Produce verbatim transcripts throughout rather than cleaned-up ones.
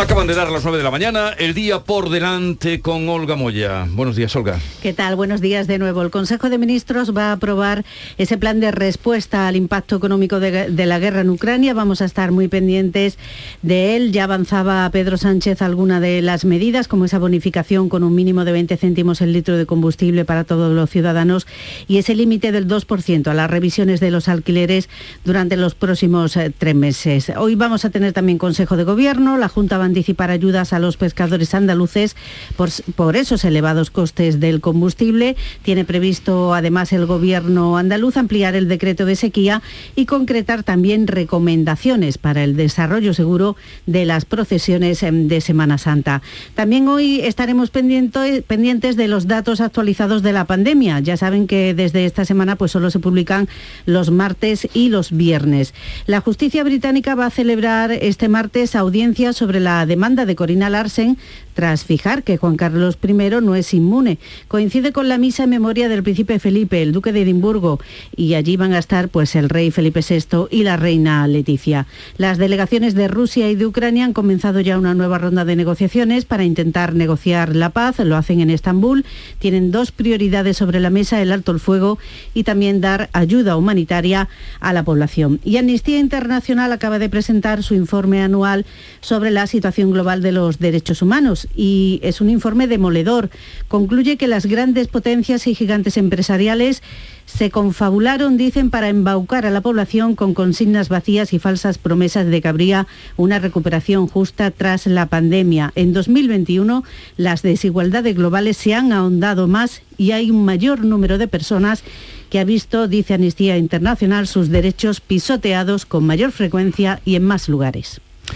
Acaban de dar las nueve de la mañana, el día por delante con Olga Moya. Buenos días, Olga. ¿Qué tal? Buenos días de nuevo. El Consejo de Ministros va a aprobar ese plan de respuesta al impacto económico de, de la guerra en Ucrania. Vamos a estar muy pendientes de él. Ya avanzaba Pedro Sánchez alguna de las medidas, como esa bonificación con un mínimo de veinte céntimos el litro de combustible para todos los ciudadanos y ese límite del dos por ciento a las revisiones de los alquileres durante los próximos eh, tres meses. Hoy vamos a tener también Consejo de Gobierno. La Junta va a anticipar ayudas a los pescadores andaluces por, por esos elevados costes del combustible. Tiene previsto además el Gobierno andaluz ampliar el decreto de sequía y concretar también recomendaciones para el desarrollo seguro de las procesiones de Semana Santa. También hoy estaremos pendiente, pendientes de los datos actualizados de la pandemia. Ya saben que desde esta semana pues solo se publican los martes y los viernes. La justicia británica va a celebrar este martes audiencia sobre la demanda de Corina Larsen tras fijar que Juan Carlos primero no es inmune. Coincide con la misa en memoria del príncipe Felipe, el duque de Edimburgo, y allí van a estar pues el rey Felipe sexto y la reina Leticia. Las delegaciones de Rusia y de Ucrania han comenzado ya una nueva ronda de negociaciones para intentar negociar la paz. Lo hacen en Estambul. Tienen dos prioridades sobre la mesa: el alto el fuego y también dar ayuda humanitaria a la población. Y Amnistía Internacional acaba de presentar su informe anual sobre la situación global de los derechos humanos y es un informe demoledor. Concluye que las grandes potencias y gigantes empresariales se confabularon, dicen, para embaucar a la población con consignas vacías y falsas promesas de que habría una recuperación justa tras la pandemia. En dos mil veintiuno las desigualdades globales se han ahondado más y hay un mayor número de personas que ha visto, dice Amnistía Internacional, sus derechos pisoteados con mayor frecuencia y en más lugares.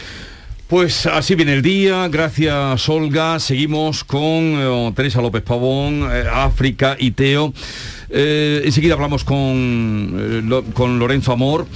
Pues así viene el día, gracias Olga. Seguimos con eh, Teresa López Pavón, eh, África y Teo. Eh, enseguida hablamos con, eh, lo, con Lorenzo Amor.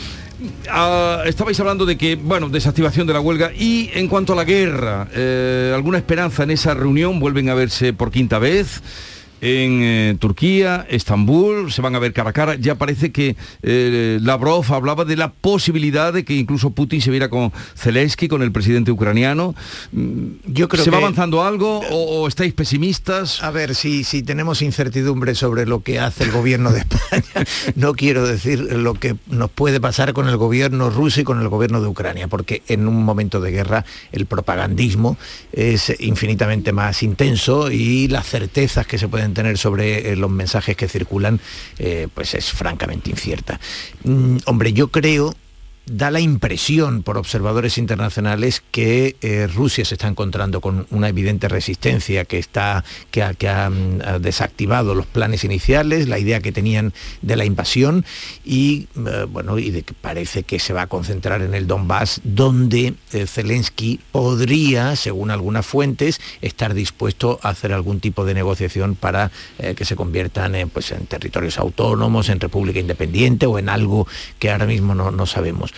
Ah, estabais hablando de que, bueno, desactivación de la huelga y en cuanto a la guerra, eh, ¿alguna esperanza en esa reunión? ¿Vuelven a verse por quinta vez? En eh, Turquía, Estambul, se van a ver cara a cara. Ya parece que eh, Lavrov hablaba de la posibilidad de que incluso Putin se viera con Zelensky, con el presidente ucraniano. Yo creo ¿Se que... va avanzando algo o, o estáis pesimistas? A ver, si, si tenemos incertidumbre sobre lo que hace el gobierno de España, no quiero decir lo que nos puede pasar con el gobierno ruso y con el gobierno de Ucrania, porque en un momento de guerra el propagandismo es infinitamente más intenso y las certezas que se pueden tener sobre eh, los mensajes que circulan, eh, pues es francamente incierta. Mm, hombre, yo creo, da la impresión por observadores internacionales que eh, Rusia se está encontrando con una evidente resistencia que, está, que, ha, que ha, ha desactivado los planes iniciales, la idea que tenían de la invasión y, eh, bueno, y de que parece que se va a concentrar en el Donbass, donde eh, Zelensky podría, según algunas fuentes, estar dispuesto a hacer algún tipo de negociación para eh, que se conviertan en, pues, en territorios autónomos, en república independiente o en algo que ahora mismo no, no sabemos.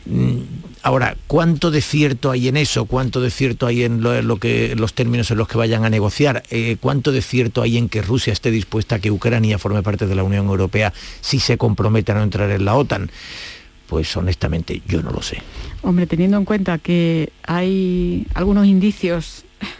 Ahora, ¿cuánto de cierto hay en eso? ¿Cuánto de cierto hay en, lo, en lo que, los términos en los que vayan a negociar? Eh, ¿Cuánto de cierto hay en que Rusia esté dispuesta a que Ucrania forme parte de la Unión Europea si se compromete a no entrar en la OTAN? Pues honestamente yo no lo sé. Hombre, teniendo en cuenta que hay algunos indicios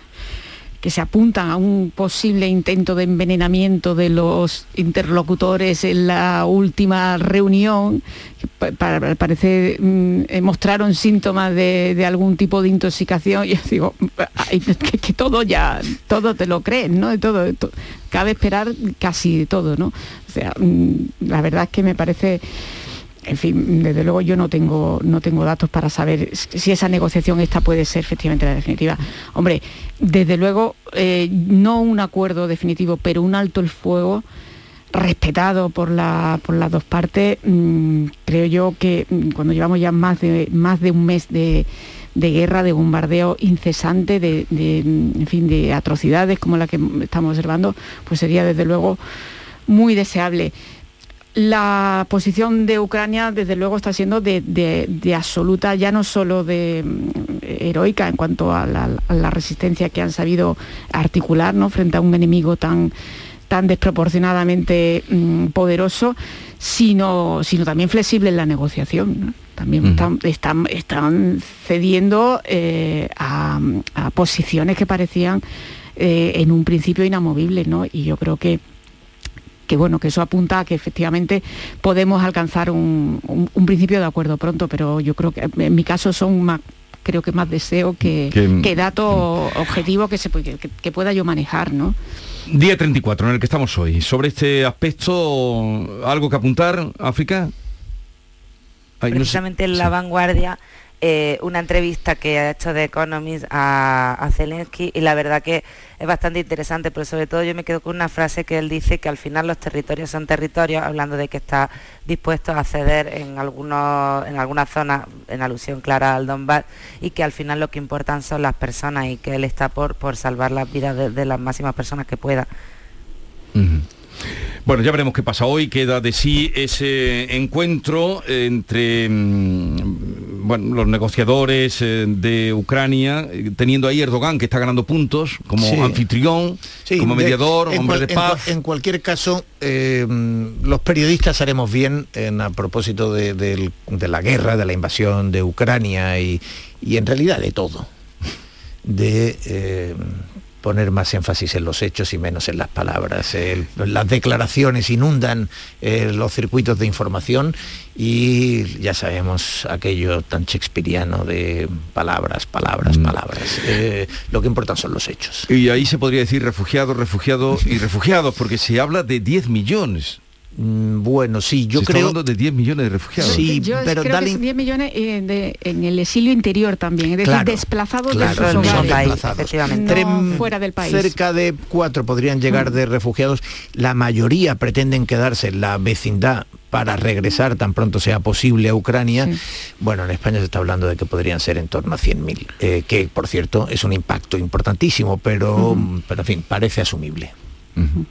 que se apuntan a un posible intento de envenenamiento de los interlocutores en la última reunión, que para, parece mm, mostraron síntomas de, de algún tipo de intoxicación. Yo digo, ay, que, que todo ya, todo te lo crees, ¿no? De todo, todo, cabe esperar casi de todo, ¿no? O sea, mm, la verdad es que me parece... En fin, desde luego yo no tengo no tengo datos para saber si esa negociación esta puede ser efectivamente la definitiva. Hombre, desde luego eh, no un acuerdo definitivo, pero un alto el fuego respetado por la por las dos partes. Mmm, creo yo que cuando llevamos ya más de más de un mes de de guerra, de bombardeo incesante, de, de en fin, de atrocidades como la que estamos observando, pues sería desde luego muy deseable. La posición de Ucrania, desde luego, está siendo de, de, de absoluta, ya no solo de heroica en cuanto a la, a la resistencia que han sabido articular, ¿no?, frente a un enemigo tan, tan desproporcionadamente mmm, poderoso, sino, sino también flexible en la negociación, ¿no? También uh-huh. están, están, están cediendo eh, a, a posiciones que parecían eh, en un principio inamovibles, ¿no? Y yo creo que que bueno, que eso apunta a que efectivamente podemos alcanzar un, un, un principio de acuerdo pronto, pero yo creo que en mi caso son más, creo que más deseo que, que, que dato objetivo que, se, que, que pueda yo manejar, ¿no? Día treinta y cuatro en el que estamos hoy. Sobre este aspecto, ¿algo que apuntar, África? Ay, precisamente no sé. En La Vanguardia, eh, una entrevista que ha hecho The Economist a, a Zelensky, y la verdad que es bastante interesante, pero sobre todo yo me quedo con una frase que él dice, que al final los territorios son territorios, hablando de que está dispuesto a ceder en algunos, en algunas zonas, en alusión clara al Donbass, y que al final lo que importan son las personas, y que él está por, por salvar las vidas de, de las máximas personas que pueda. Uh-huh. Bueno, ya veremos qué pasa hoy. Queda de sí ese encuentro entre bueno, los negociadores de Ucrania, teniendo ahí Erdogan, que está ganando puntos como sí. anfitrión, sí, como mediador, de, hombre cual, de paz. En, en cualquier caso, eh, los periodistas haremos bien en, a propósito de, de, de la guerra, de la invasión de Ucrania y, y en realidad de todo, de... Eh, poner más énfasis en los hechos y menos en las palabras. El, las declaraciones inundan eh, los circuitos de información y ya sabemos aquello tan shakespeariano de palabras, palabras, mm. palabras. Eh, lo que importan son los hechos. Y ahí se podría decir refugiados, refugiados y refugiados, porque se habla de diez millones. Bueno, sí, yo Se creo... está hablando de diez millones de refugiados. Sí, yo pero creo dale... que son diez millones eh, de, en el exilio interior también, es decir, claro, desplazados claro, de sus hogares, desplazados. Efectivamente. No fuera del país. Cerca de cuatro podrían llegar mm. de refugiados. La mayoría pretenden quedarse en la vecindad para regresar tan pronto sea posible a Ucrania. Sí. Bueno, en España se está hablando de que podrían ser en torno a cien mil, eh, que por cierto es un impacto importantísimo, pero, uh-huh. pero en fin, parece asumible. Uh-huh.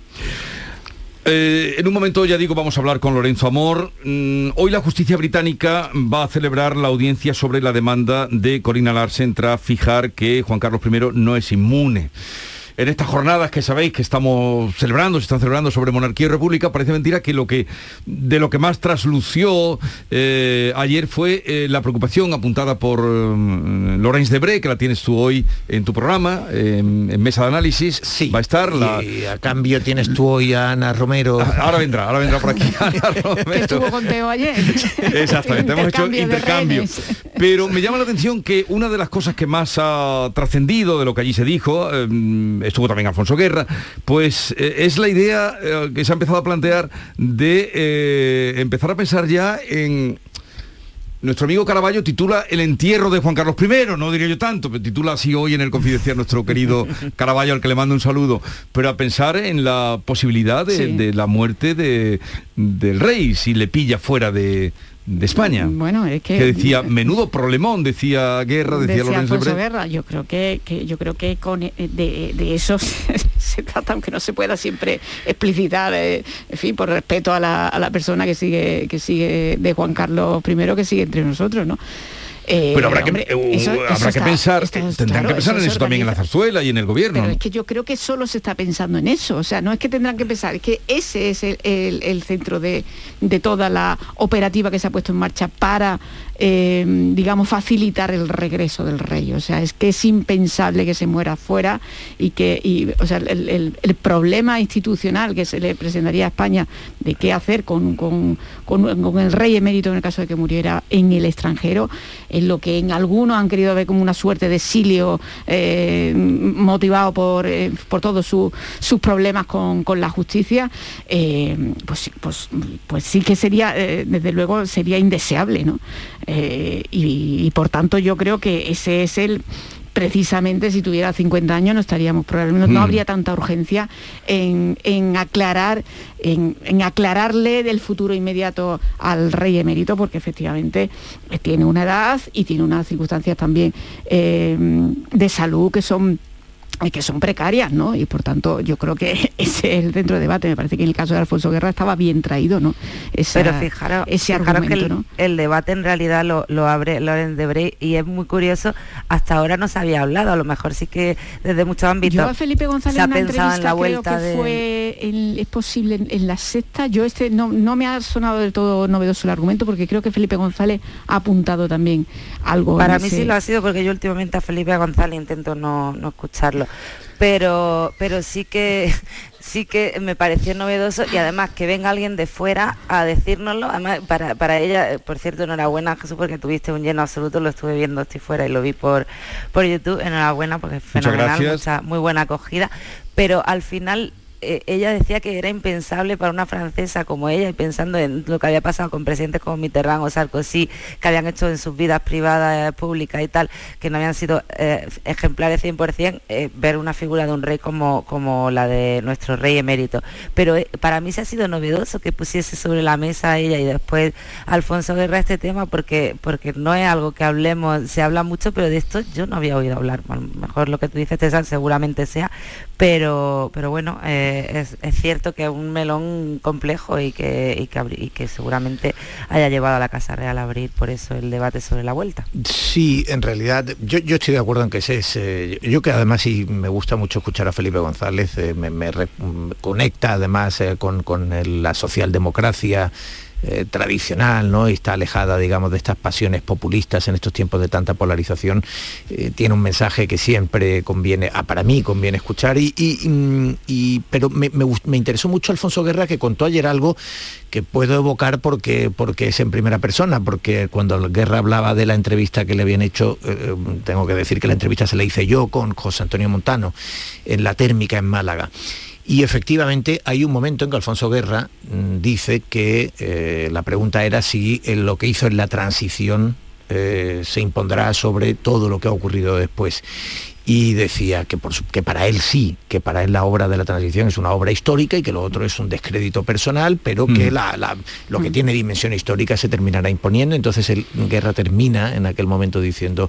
Eh, en un momento, ya digo, vamos a hablar con Lorenzo Amor. Mm, hoy la justicia británica va a celebrar la audiencia sobre la demanda de Corina Larsen tras fijar que Juan Carlos primero no es inmune. En estas jornadas que sabéis que estamos celebrando, se están celebrando sobre monarquía y república, parece mentira que lo que de lo que más traslució eh, ayer fue eh, la preocupación apuntada por eh, Laurence Debré, que la tienes tú hoy en tu programa, eh, en Mesa de Análisis. Sí, va a estar. Y la... a cambio tienes tú hoy a Ana Romero. Ahora vendrá, ahora vendrá por aquí Ana Romero. Que estuvo con Teo ayer. Exactamente, hemos hecho intercambio. Pero me llama la atención que una de las cosas que más ha trascendido de lo que allí se dijo, eh, estuvo también Alfonso Guerra, pues eh, es la idea eh, que se ha empezado a plantear de eh, empezar a pensar ya en... Nuestro amigo Caraballo titula El entierro de Juan Carlos primero, no diría yo tanto, pero titula así hoy en el Confidencial nuestro querido Caraballo, al que le mando un saludo, pero a pensar en la posibilidad de, sí. de la muerte de, del rey, si le pilla fuera de... de España. Bueno, es que, que decía menudo problemón, decía Guerra, decía, decía Lorenzo Alfonso Guerra. Yo creo que, que yo creo que con de, de eso se, se trata, aunque no se pueda siempre explicitar, eh, en fin, por respeto a la, a la persona que sigue que sigue de Juan Carlos primero, que sigue entre nosotros, ¿no? Eh, pero habrá que, hombre, uh, eso, habrá eso que está, pensar, está, tendrán claro, que pensar eso en eso también en la zarzuela y en el gobierno. Pero es que yo creo que solo se está pensando en eso, o sea, no es que tendrán que pensar, es que ese es el, el, el centro de, de toda la operativa que se ha puesto en marcha para, eh, digamos, facilitar el regreso del rey. O sea, es que es impensable que se muera fuera y que, y, o sea, el, el, el problema institucional que se le presentaría a España de qué hacer con, con, con, con el rey emérito en el caso de que muriera en el extranjero, es lo que en algunos han querido ver como una suerte de exilio eh, motivado por, eh, por todos su, sus problemas con, con la justicia, eh, pues, pues, pues sí que sería, eh, desde luego, sería indeseable, ¿no? Eh, y, y por tanto yo creo que ese es el... Precisamente si tuviera cincuenta años no estaríamos probablemente, no, no habría tanta urgencia en, en aclarar en, en aclararle del futuro inmediato al rey emérito, porque efectivamente tiene una edad y tiene unas circunstancias también eh, de salud que son que son precarias, ¿no? Y por tanto yo creo que ese es el centro de debate. Me parece que en el caso de Alfonso Guerra estaba bien traído, ¿no? Esa, Pero fijaros, ese fijaros argumento, que el, ¿no? el debate en realidad lo, lo abre Laurence de Bray, y es muy curioso, hasta ahora no se había hablado, a lo mejor sí que desde muchos ámbitos yo a Felipe González se ha en una pensado en la vuelta creo que de... fue en, es posible en, en la sexta. Yo este no, no me ha sonado del todo novedoso el argumento, porque creo que Felipe González ha apuntado también algo. Para mí ese... sí lo ha sido, porque yo últimamente a Felipe González intento no, no escucharlo. Pero, pero sí que sí que me pareció novedoso, y además que venga alguien de fuera a decírnoslo. Además, para, para ella, por cierto, enhorabuena, Jesús, porque tuviste un lleno absoluto, lo estuve viendo, estoy fuera y lo vi por, por YouTube. Enhorabuena, porque es fenomenal, mucha, muy buena acogida. Pero al final eh, ella decía que era impensable para una francesa como ella, y pensando en lo que había pasado con presidentes como Mitterrand o Sarkozy, que habían hecho en sus vidas privadas, eh, públicas y tal, que no habían sido eh, ejemplares cien por ciento, eh, ver una figura de un rey como, como la de nuestro rey emérito. Pero eh, para mí se ha sido novedoso que pusiese sobre la mesa ella y después Alfonso Guerra este tema, porque, porque no es algo que hablemos, se habla mucho, pero de esto yo no había oído hablar. A lo mejor lo que tú dices, César, seguramente sea, pero, pero bueno, eh, es, es cierto que es un melón complejo, y que, y, que abri, y que seguramente haya llevado a la Casa Real a abrir por eso el debate sobre la vuelta. Sí, en realidad yo, yo estoy de acuerdo en que ese es, eh, yo que además sí me gusta mucho escuchar a Felipe González, eh, me, me re, conecta además eh, con, con el, la socialdemocracia Eh, tradicional, ¿no? Y está alejada, digamos, de estas pasiones populistas en estos tiempos de tanta polarización. Eh, tiene un mensaje que siempre conviene, ah, para mí conviene escuchar, y, y, y pero me, me, me interesó mucho Alfonso Guerra, que contó ayer algo que puedo evocar porque, porque es en primera persona, porque cuando Guerra hablaba de la entrevista que le habían hecho, eh, tengo que decir que la entrevista se la hice yo con José Antonio Montano en La Térmica en Málaga. Y efectivamente hay un momento en que Alfonso Guerra mmm, dice que eh, la pregunta era si eh, lo que hizo en la transición eh, se impondrá sobre todo lo que ha ocurrido después. Y decía que, por su, que para él sí, que para él la obra de la transición es una obra histórica y que lo otro es un descrédito personal, pero que mm. la, la, lo que mm. tiene dimensión histórica se terminará imponiendo. Entonces el Guerra termina en aquel momento diciendo,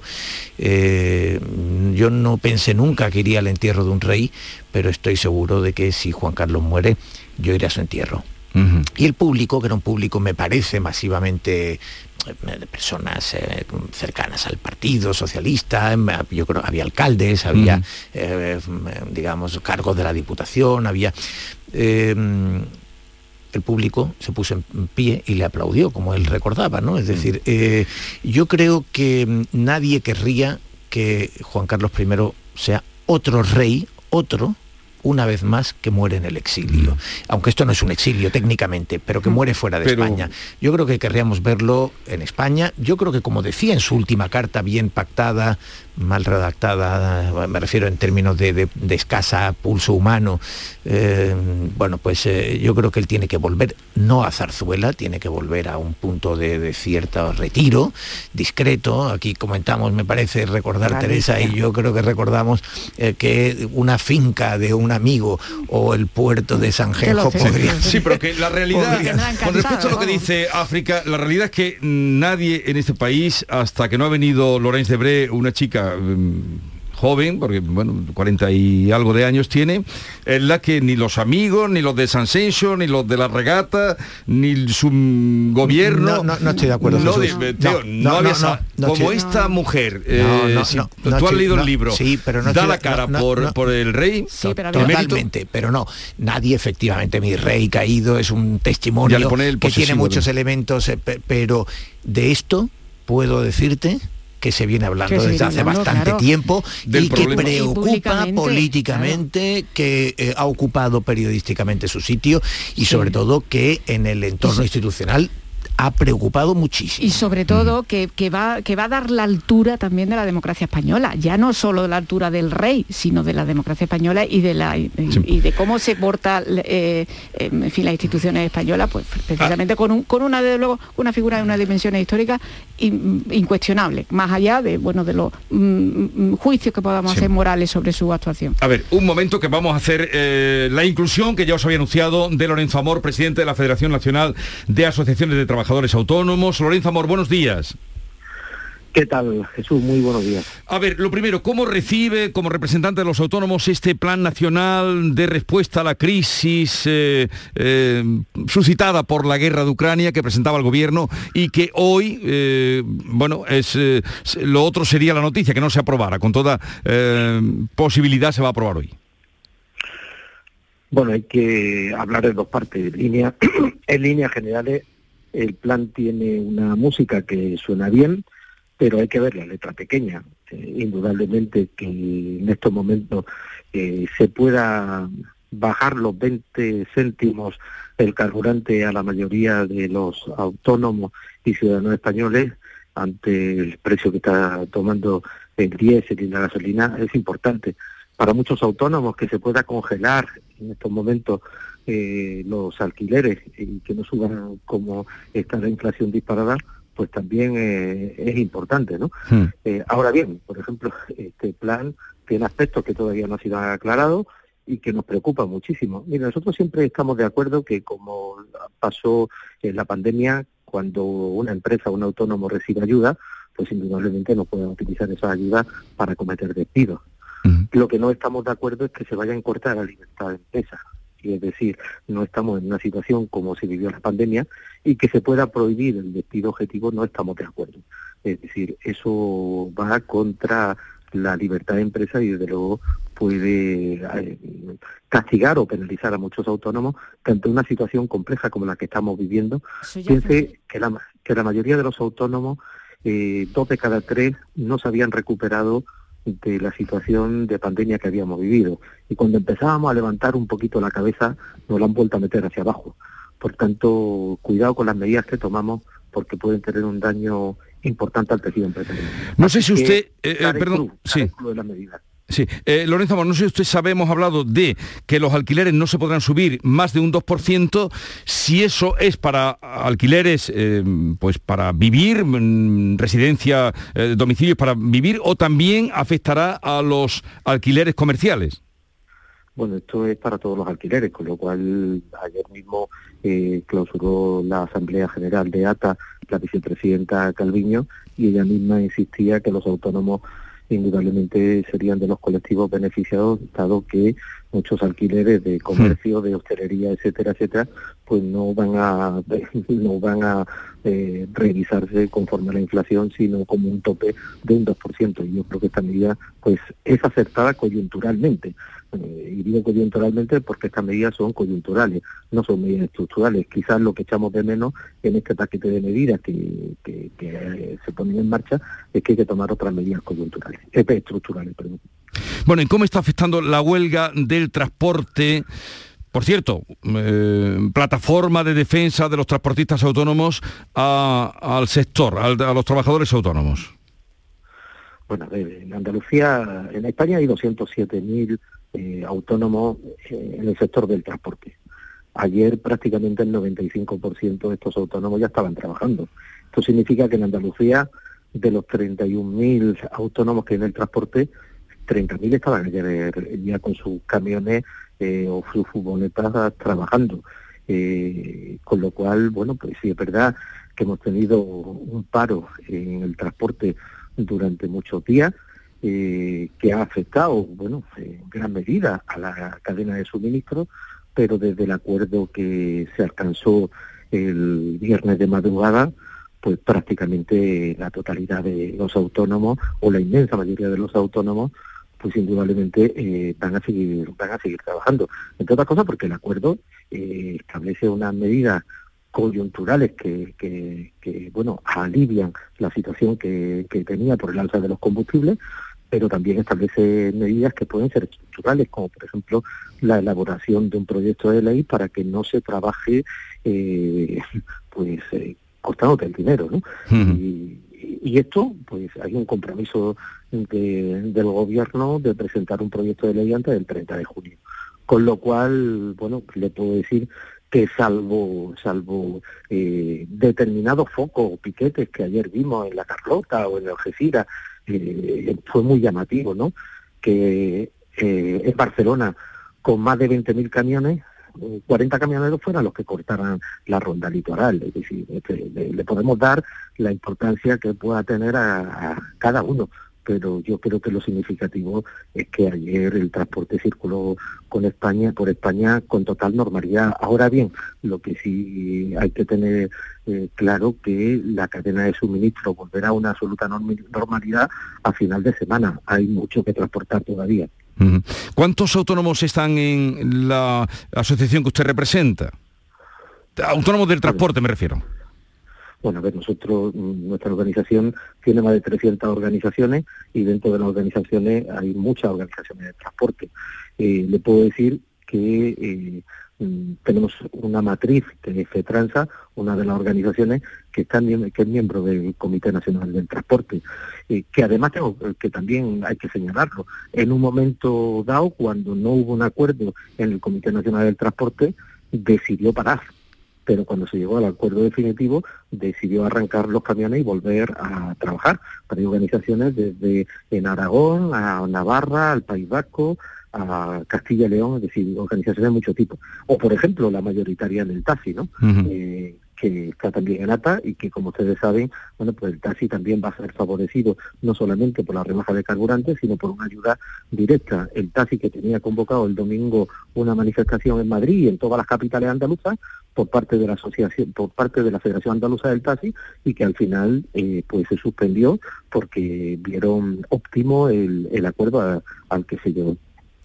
eh, yo no pensé nunca que iría al entierro de un rey, pero estoy seguro de que si Juan Carlos muere, yo iré a su entierro. Uh-huh. Y el público, que era un público, me parece, masivamente de personas eh, cercanas al Partido Socialista, yo creo había alcaldes, había, uh-huh. eh, digamos, cargos de la Diputación, había... Eh, el público se puso en pie y le aplaudió, como él recordaba, ¿no? Es decir, eh, yo creo que nadie querría que Juan Carlos primero sea otro rey, otro, una vez más, que muere en el exilio. Aunque esto no es un exilio técnicamente, pero que muere fuera de pero... España. Yo creo que querríamos verlo en España. Yo creo que, como decía en su última carta, bien pactada, mal redactada, me refiero en términos de, de, de escasa pulso humano, eh, bueno, pues eh, yo creo que él tiene que volver, no a zarzuela, tiene que volver a un punto de, de cierto retiro, discreto. Aquí comentamos, me parece recordar, Galicia. Teresa, y yo creo que recordamos eh, que una finca de un amigo o el puerto de Sanjenjo podría... Sí, pero que la realidad, con respecto a lo que dice África, la realidad es que nadie en este país, hasta que no ha venido Laurence de Bray, una chica joven, porque bueno, cuarenta y algo de años tiene, es la que ni los amigos, ni los de San Senso, ni los de la regata, ni su gobierno... No, no, no estoy de acuerdo. No, de, tío, no, no, no, había no, no, no, como estoy... esta mujer, eh, no, no, si, no, tú no, has leído no, el libro, sí, pero no da estoy, la cara no, por, no, por el rey, sí, pero totalmente, pero no, nadie, efectivamente, mi rey caído es un testimonio que tiene muchos de... elementos, eh, pero de esto puedo decirte que se viene hablando desde hace hablando, bastante claro. tiempo Del y problema. que preocupa políticamente, claro. que eh, ha ocupado periodísticamente su sitio y sí. sobre todo que en el entorno sí. institucional ha preocupado muchísimo. Y sobre todo que, que, va, que va a dar la altura también de la democracia española, ya no solo de la altura del rey, sino de la democracia española y de la y, sí. y de cómo se porta eh, en fin, las instituciones españolas, pues precisamente ah. con, un, con una de luego una figura de unas dimensiones históricas in, incuestionables, más allá de bueno de los mm, juicios que podamos sí. hacer morales sobre su actuación. A ver, un momento que vamos a hacer eh, la inclusión que ya os había anunciado de Lorenzo Amor, presidente de la Federación Nacional de Asociaciones de Trabajadores Autónomos. Lorenzo Amor, buenos días. ¿Qué tal, Jesús? Muy buenos días. A ver, lo primero, ¿cómo recibe como representante de los autónomos este plan nacional de respuesta a la crisis eh, eh, suscitada por la guerra de Ucrania que presentaba el gobierno y que hoy, eh, bueno, es eh, lo otro sería la noticia, que no se aprobara, con toda eh, posibilidad se va a aprobar hoy? Bueno, hay que hablar de dos partes. En línea, en líneas generales, el plan tiene una música que suena bien, pero hay que ver la letra pequeña. Eh, indudablemente que en estos momentos eh, se pueda bajar los veinte céntimos el carburante a la mayoría de los autónomos y ciudadanos españoles ante el precio que está tomando el diésel y la gasolina es importante. Para muchos autónomos que se pueda congelar en estos momentos eh, los alquileres y que no suban como está la inflación disparada, pues también eh, es importante, ¿no? Hmm. Eh, ahora bien, por ejemplo, este plan tiene aspectos que todavía no han sido aclarados y que nos preocupan muchísimo. Mira, nosotros siempre estamos de acuerdo que como pasó en la pandemia, cuando una empresa o un autónomo recibe ayuda, pues indudablemente no pueden utilizar esa ayuda para cometer despidos. Hmm. Lo que no estamos de acuerdo es que se vaya a cortar la libertad de empresa. Y es decir, no estamos en una situación como se vivió la pandemia y que se pueda prohibir el despido objetivo, no estamos de acuerdo. Es decir, eso va contra la libertad de empresa y desde luego puede eh, castigar o penalizar a muchos autónomos que ante una situación compleja como la que estamos viviendo. Piense que la, que la mayoría de los autónomos, eh, dos de cada tres, no se habían recuperado de la situación de pandemia que habíamos vivido. Y cuando empezábamos a levantar un poquito la cabeza, nos la han vuelto a meter hacia abajo. Por tanto, cuidado con las medidas que tomamos, porque pueden tener un daño importante al tejido empresarial. No sé si usted... Eh, eh, perdón, sí. De las medidas. Sí, eh, Lorenzo Amor, no sé si usted sabe, hemos hablado de que los alquileres no se podrán subir más de un dos por ciento, si eso es para alquileres, eh, pues para vivir, residencia, eh, domicilios para vivir, o también afectará a los alquileres comerciales. Bueno, esto es para todos los alquileres, con lo cual ayer mismo eh, clausuró la Asamblea General de A T A la vicepresidenta Calviño y ella misma insistía que los autónomos indudablemente serían de los colectivos beneficiados, dado que muchos alquileres de comercio, de hostelería, etcétera, etcétera, pues no van a no van a eh, revisarse conforme a la inflación, sino como un tope de un dos por ciento. Y yo creo que esta medida pues es acertada coyunturalmente. Eh, y digo coyunturalmente porque estas medidas son coyunturales, no son medidas estructurales. Quizás lo que echamos de menos en este paquete de medidas que, que, que eh, se ponen en marcha es que hay que tomar otras medidas coyunturales, eh, estructurales, perdón. Bueno, ¿y cómo está afectando la huelga del transporte? Por cierto, eh, plataforma de defensa de los transportistas autónomos a, al sector, al, a los trabajadores autónomos. Bueno, en Andalucía, en España hay doscientos siete mil eh, autónomos eh, en el sector del transporte. Ayer prácticamente el noventa y cinco por ciento de estos autónomos ya estaban trabajando. Esto significa que en Andalucía, de los treinta y un mil autónomos que hay en el transporte, treinta mil estaban ayer ya con sus camiones eh, o sus furgonetas trabajando. Eh, con lo cual, bueno, pues sí es verdad que hemos tenido un paro en el transporte durante muchos días, eh, que ha afectado, bueno, en gran medida a la cadena de suministro, pero desde el acuerdo que se alcanzó el viernes de madrugada, pues prácticamente la totalidad de los autónomos, o la inmensa mayoría de los autónomos, pues indudablemente eh, van a seguir van a seguir trabajando. Entre otras cosas porque el acuerdo eh, establece unas medidas coyunturales que, que, que bueno, alivian la situación que, que tenía por el alza de los combustibles, pero también establece medidas que pueden ser estructurales, como por ejemplo la elaboración de un proyecto de ley para que no se trabaje eh, pues eh, costándote el dinero, ¿no? Uh-huh. y, y esto, pues hay un compromiso de, del gobierno de presentar un proyecto de ley antes del treinta de junio. Con lo cual, bueno, le puedo decir que salvo salvo eh, determinados focos o piquetes que ayer vimos en la Carlota o en Algeciras, eh, fue muy llamativo, ¿no? Que eh, en Barcelona, con más de veinte mil camiones, cuarenta camioneros fueran los que cortaran la ronda litoral. Es decir, este, le, le podemos dar la importancia que pueda tener a, a cada uno, pero yo creo que lo significativo es que ayer el transporte circuló con España, por España con total normalidad. Ahora bien, lo que sí hay que tener eh, claro que la cadena de suministro volverá a una absoluta normalidad a final de semana. Hay mucho que transportar todavía. ¿Cuántos autónomos están en la asociación que usted representa? Autónomos del transporte, me refiero. Bueno, a ver, nosotros, nuestra organización tiene más de trescientas organizaciones y dentro de las organizaciones hay muchas organizaciones de transporte. Eh, le puedo decir que eh, tenemos una matriz que es FETRANSA, una de las organizaciones que, está, que es miembro del Comité Nacional del Transporte, eh, que además tengo, que también hay que señalarlo, en un momento dado, cuando no hubo un acuerdo en el Comité Nacional del Transporte, decidió parar. Pero cuando se llegó al acuerdo definitivo, decidió arrancar los camiones y volver a trabajar. Hay organizaciones desde en Aragón, a Navarra, al País Vasco, a Castilla y León, es decir, organizaciones de mucho tipo. O, por ejemplo, la mayoritaria en el taxi, ¿no? Uh-huh. Eh, que está también en A T A y que, como ustedes saben, bueno, pues el taxi también va a ser favorecido no solamente por la rebaja de carburantes, sino por una ayuda directa. El taxi, que tenía convocado el domingo una manifestación en Madrid y en todas las capitales andaluzas por parte de la asociación, por parte de la Federación Andaluza del Taxi, y que al final eh, pues se suspendió porque vieron óptimo el, el acuerdo a, al que se llegó.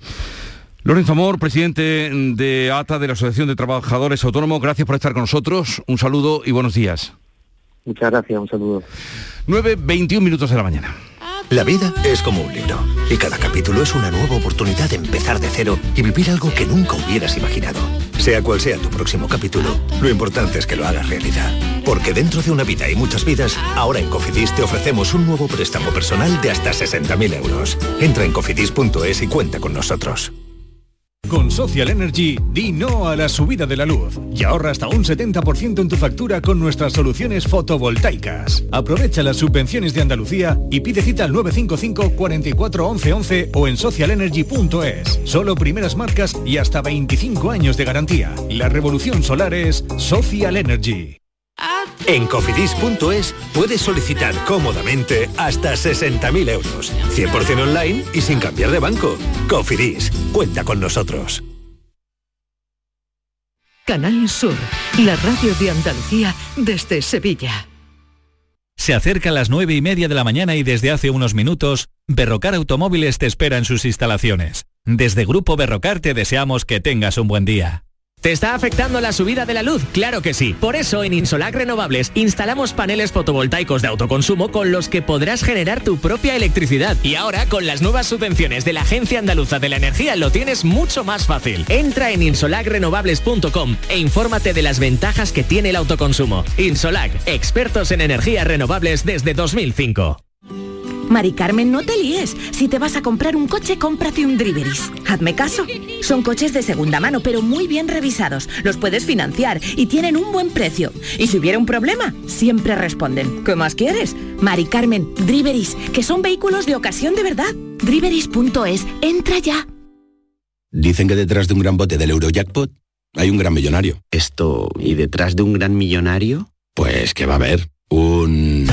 Lorenzo Amor, presidente de A T A, de la Asociación de Trabajadores Autónomos, gracias por estar con nosotros. Un saludo y buenos días. Muchas gracias, un saludo. nueve veintiún minutos de la mañana. La vida es como un libro y cada capítulo es una nueva oportunidad de empezar de cero y vivir algo que nunca hubieras imaginado. Sea cual sea tu próximo capítulo, lo importante es que lo hagas realidad. Porque dentro de una vida y muchas vidas, ahora en Cofidis te ofrecemos un nuevo préstamo personal de hasta sesenta mil euros. Entra en cofidis punto es y cuenta con nosotros. Con Social Energy, di no a la subida de la luz y ahorra hasta un setenta por ciento en tu factura con nuestras soluciones fotovoltaicas. Aprovecha las subvenciones de Andalucía y pide cita al nueve cinco cinco, cuatro cuatro, once once o en social energy punto es. Solo primeras marcas y hasta veinticinco años de garantía. La revolución solar es Social Energy. En cofidis punto es puedes solicitar cómodamente hasta sesenta mil euros, cien por ciento online y sin cambiar de banco. Cofidis, cuenta con nosotros. Canal Sur, la radio de Andalucía desde Sevilla. Se acercan las nueve y media de la mañana y desde hace unos minutos, Berrocar Automóviles te espera en sus instalaciones. Desde Grupo Berrocar te deseamos que tengas un buen día. ¿Te está afectando la subida de la luz? Claro que sí. Por eso en Insolac Renovables instalamos paneles fotovoltaicos de autoconsumo con los que podrás generar tu propia electricidad. Y ahora, con las nuevas subvenciones de la Agencia Andaluza de la Energía, lo tienes mucho más fácil. Entra en insolac renovables punto com e infórmate de las ventajas que tiene el autoconsumo. Insolac, expertos en energías renovables desde dos mil cinco. Mari Carmen, no te líes. Si te vas a comprar un coche, cómprate un Driveris. Hazme caso. Son coches de segunda mano, pero muy bien revisados. Los puedes financiar y tienen un buen precio. Y si hubiera un problema, siempre responden. ¿Qué más quieres? Mari Carmen, Driveris, que son vehículos de ocasión de verdad. Driveris punto es. Entra ya. Dicen que detrás de un gran bote del Eurojackpot hay un gran millonario. Esto, ¿y detrás de un gran millonario? Pues que va a haber un...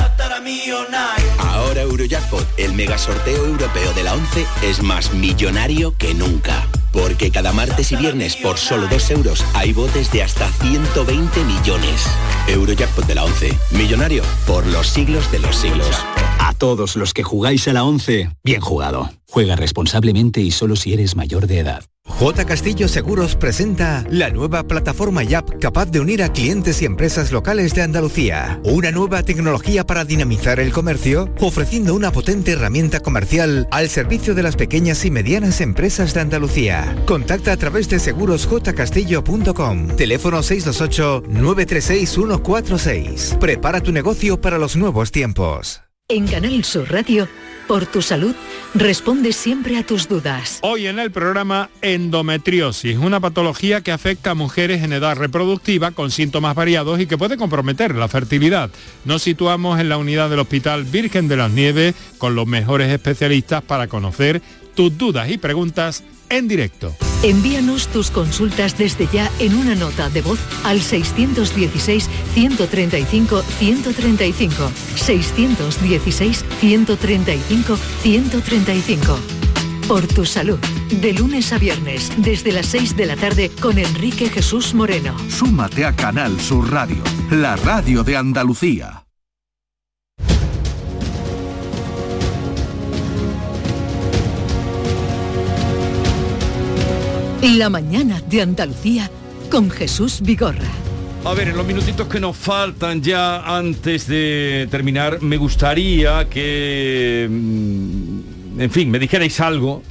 Ahora Eurojackpot, el mega sorteo europeo de la once, es más millonario que nunca. Porque cada martes y viernes por solo dos euros hay botes de hasta ciento veinte millones. Eurojackpot de la once, millonario por los siglos de los siglos. A todos los que jugáis a la once, bien jugado. Juega responsablemente y solo si eres mayor de edad. J. Castillo Seguros presenta la nueva plataforma y app capaz de unir a clientes y empresas locales de Andalucía. Una nueva tecnología para dinamizar el comercio, ofreciendo una potente herramienta comercial al servicio de las pequeñas y medianas empresas de Andalucía. Contacta a través de seguros j castillo punto com. Teléfono seis dos ocho, nueve tres seis, uno cuatro seis. Prepara tu negocio para los nuevos tiempos. En Canal Sur Radio, por tu salud, responde siempre a tus dudas. Hoy en el programa, endometriosis, una patología que afecta a mujeres en edad reproductiva con síntomas variados y que puede comprometer la fertilidad. Nos situamos en la unidad del Hospital Virgen de las Nieves con los mejores especialistas para conocer tus dudas y preguntas en directo. Envíanos tus consultas desde ya en una nota de voz al seiscientos dieciséis, ciento treinta y cinco, ciento treinta y cinco. seiscientos dieciséis, ciento treinta y cinco, ciento treinta y cinco. Por tu salud. De lunes a viernes, desde las seis de la tarde, con Enrique Jesús Moreno. Súmate a Canal Sur Radio, la radio de Andalucía. La mañana de Andalucía con Jesús Vigorra. A ver, en los minutitos que nos faltan ya antes de terminar, me gustaría que, en fin, me dijerais algo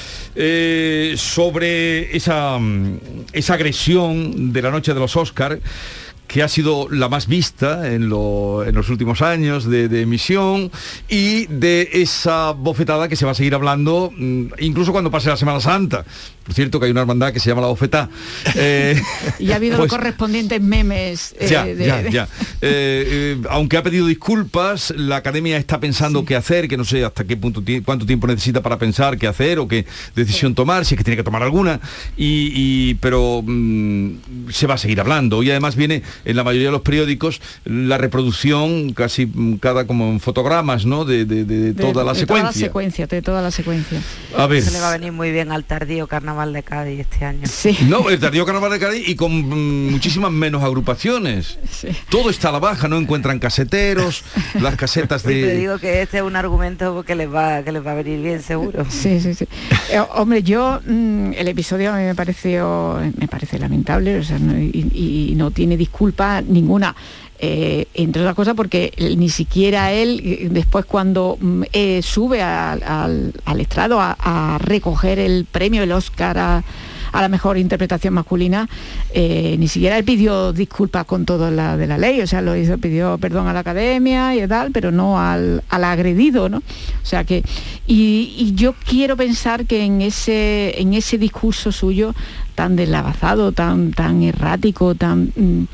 eh, sobre esa, esa agresión de la noche de los Oscar, que ha sido la más vista en, lo, en los últimos años de, de emisión, y de esa bofetada que se va a seguir hablando incluso cuando pase la Semana Santa. Por cierto, que hay una hermandad que se llama La Bofetá. Eh, y ha habido pues, los correspondientes memes. Eh, ya, de, ya, de... ya. Eh, eh, aunque ha pedido disculpas, la Academia está pensando sí. qué hacer, que no sé hasta qué punto, cuánto tiempo necesita para pensar qué hacer o qué decisión sí. tomar, si es que tiene que tomar alguna. Y, y pero mmm, se va a seguir hablando. Y además viene en la mayoría de los periódicos la reproducción casi cada como en fotogramas, ¿no? De, de, de, de toda de, la de secuencia. Toda la secuencia, de toda la secuencia. A ver. Se le va a venir muy bien al tardío Carnaval de Cádiz este año. Sí. No, el tardío Carnaval de Cádiz y con mm, muchísimas menos agrupaciones. Sí. Todo está a la baja, no encuentran caseteros, las casetas de... Sí, te digo que este es un argumento que les va, que les va a venir bien seguro. Sí, sí, sí. Eh, hombre, yo mm, el episodio a mí me pareció, me parece lamentable, o sea, no, y, y no tiene disculpa ninguna. Eh, entre otras cosas porque ni siquiera él, después cuando eh, sube a, a, al estrado a, a recoger el premio, el Oscar a, a la mejor interpretación masculina, eh, ni siquiera él pidió disculpas con todo la de la ley, o sea, lo hizo, pidió perdón a la Academia y tal, pero no al, al agredido, ¿no? O sea que, y, y yo quiero pensar que en ese, en ese discurso suyo tan deslavazado, tan, tan errático, tan... Mm,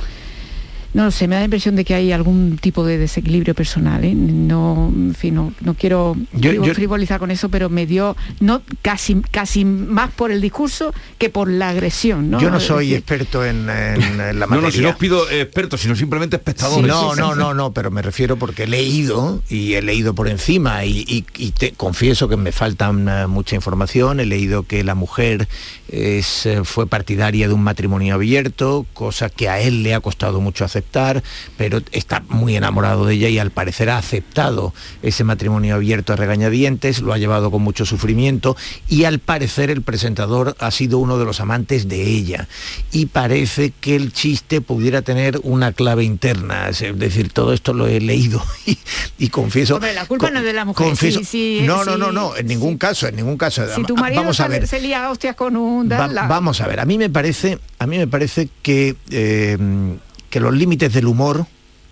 no sé, me da la impresión de que hay algún tipo de desequilibrio personal, ¿eh? No, en fin, no, no quiero yo, yo, frivolizar con eso, pero me dio no casi casi más por el discurso que por la agresión, ¿no? Yo no soy decir... experto en, en, en la materia. No, no, si no os pido expertos, sino simplemente espectadores. Sí, no, no, no, no, pero me refiero porque he leído, y he leído por encima, y, y, y te confieso que me falta una, mucha información. He leído que la mujer es, fue partidaria de un matrimonio abierto, cosa que a él le ha costado mucho hacer, pero está muy enamorado de ella y al parecer ha aceptado ese matrimonio abierto a regañadientes, lo ha llevado con mucho sufrimiento y al parecer el presentador ha sido uno de los amantes de ella y parece que el chiste pudiera tener una clave interna, es decir, todo esto lo he leído y, y confieso... Hombre, la culpa con, no es de la mujer. Confieso, sí, sí, no, sí, no, no, no, en ningún sí. caso, en ningún caso. Si tu marido vamos a ver, se lía a hostias con un... Va, vamos a ver, a mí me parece, a mí me parece que... Eh, que los límites del humor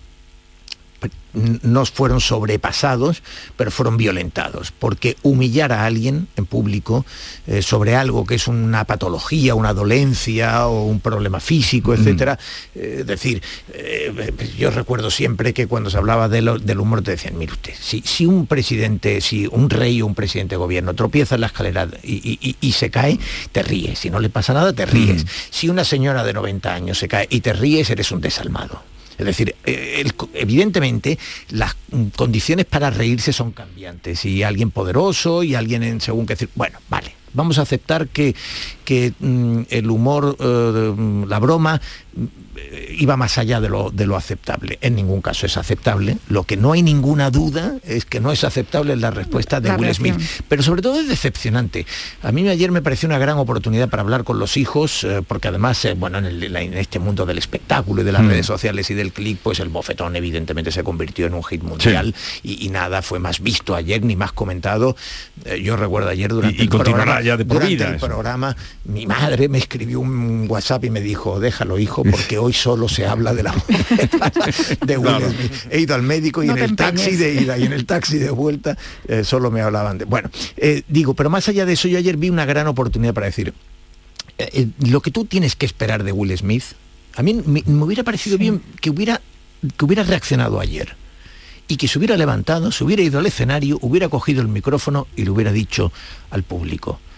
no fueron sobrepasados, pero fueron violentados, porque humillar a alguien en público eh, sobre algo que es una patología, una dolencia o un problema físico, etcétera, mm. eh, es decir, eh, yo recuerdo siempre que cuando se hablaba de lo, del humor te decían, mire usted, si, si un presidente, si un rey o un presidente de gobierno tropieza en la escalera y, y, y se cae, te ríes, si no le pasa nada, te ríes. Mm. Si una señora de noventa años se cae y te ríes, eres un desalmado. Es decir, el, evidentemente las condiciones para reírse son cambiantes y alguien poderoso y alguien en según qué decir, bueno, vale, vamos a aceptar que, que mm, el humor, eh, la broma eh, iba más allá de lo, de lo aceptable. En ningún caso es aceptable. Lo que no hay ninguna duda es que no es aceptable la respuesta de la Will reacción. Smith. Pero sobre todo es decepcionante. A mí ayer me pareció una gran oportunidad para hablar con los hijos, eh, porque además, eh, bueno, en, el, en este mundo del espectáculo y de las mm. redes sociales y del click, pues el bofetón evidentemente se convirtió en un hit mundial sí. y, y nada fue más visto ayer ni más comentado. Eh, yo recuerdo ayer durante y, y el programa, ya de por durante vida, el eso. programa, mi madre me escribió un WhatsApp y me dijo, déjalo hijo, porque hoy solo se habla de la de Will claro. Smith. He ido al médico y no en el empeñes. taxi de ida y en el taxi de vuelta eh, solo me hablaban de... Bueno, eh, digo, pero más allá de eso, yo ayer vi una gran oportunidad para decir, eh, eh, lo que tú tienes que esperar de Will Smith, a mí me, me hubiera parecido sí. bien que hubiera, que hubiera reaccionado ayer y que se hubiera levantado, se hubiera ido al escenario, hubiera cogido el micrófono y le hubiera dicho al público,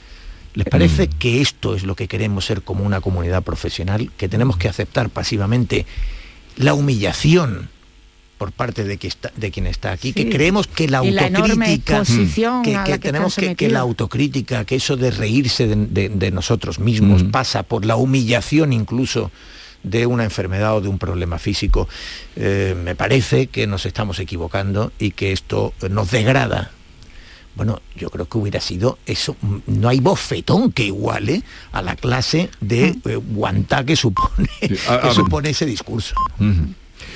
¿Les parece mm. que esto es lo que queremos ser como una comunidad profesional? Que tenemos que aceptar pasivamente la humillación por parte de, que está, de quien está aquí, sí. que creemos que la autocrítica, la que, que, que tenemos que, que la autocrítica, que eso de reírse de, de, de nosotros mismos mm. pasa por la humillación incluso de una enfermedad o de un problema físico. Eh, me parece que nos estamos equivocando y que esto nos degrada. Bueno, yo creo que hubiera sido eso, no hay bofetón que iguale a la clase de eh, guantá que supone, sí, a, a, que supone ese discurso. Uh-huh.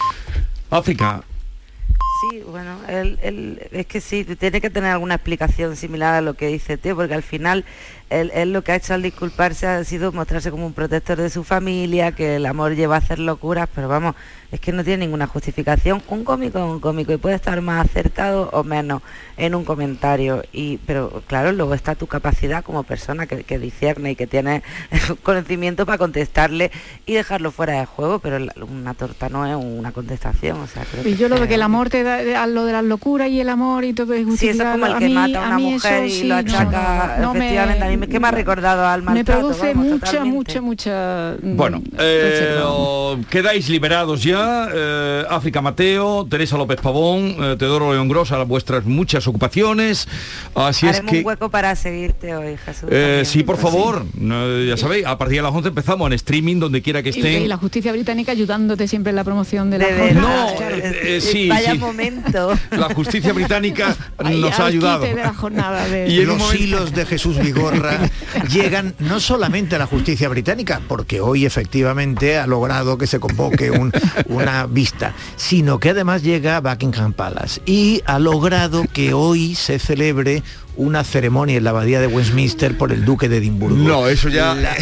África. Sí, bueno, él, él, es que sí, tiene que tener alguna explicación similar a lo que dice Teo, porque al final él, él lo que ha hecho al disculparse ha sido mostrarse como un protector de su familia, que el amor lleva a hacer locuras, pero vamos, es que no tiene ninguna justificación. Un cómico es un cómico y puede estar más acertado o menos en un comentario, y pero claro, luego está tu capacidad como persona que, que discierne y que tiene conocimiento para contestarle y dejarlo fuera de juego, pero una torta no es una contestación. O sea, creo y que yo lo de que el amor te da lo de las locuras y el amor y todo es sí, eso es como el que a mí, mata a una a mujer y sí, lo achaca, no, no, efectivamente, no me, a mí es que me ha recordado al maltrato. Me produce vamos, mucha, totalmente. mucha, mucha... Bueno, eh, oh, quedáis liberados ya, eh, África Mateo, Teresa López Pavón, eh, Teodoro León Gross, a vuestras muchas ocupaciones, así Haremos es que... un hueco para seguirte hoy, Jesús. Eh, sí, por favor, sí. Eh, ya sabéis, a partir de las once empezamos en streaming, donde quiera que estén. Y, y la justicia británica ayudándote siempre en la promoción de la de jornada. No, eh, eh, sí, Vaya sí. momento. La justicia británica Ay, nos ha ayudado. De la jornada de... Y los momento... hilos de Jesús Vigorra llegan no solamente a la justicia británica, porque hoy efectivamente ha logrado que se convoque un, una vista, sino que además llega a Buckingham Palace y ha logrado que hoy se celebre una ceremonia en la abadía de Westminster por el duque de Edimburgo. No, eso ya... La...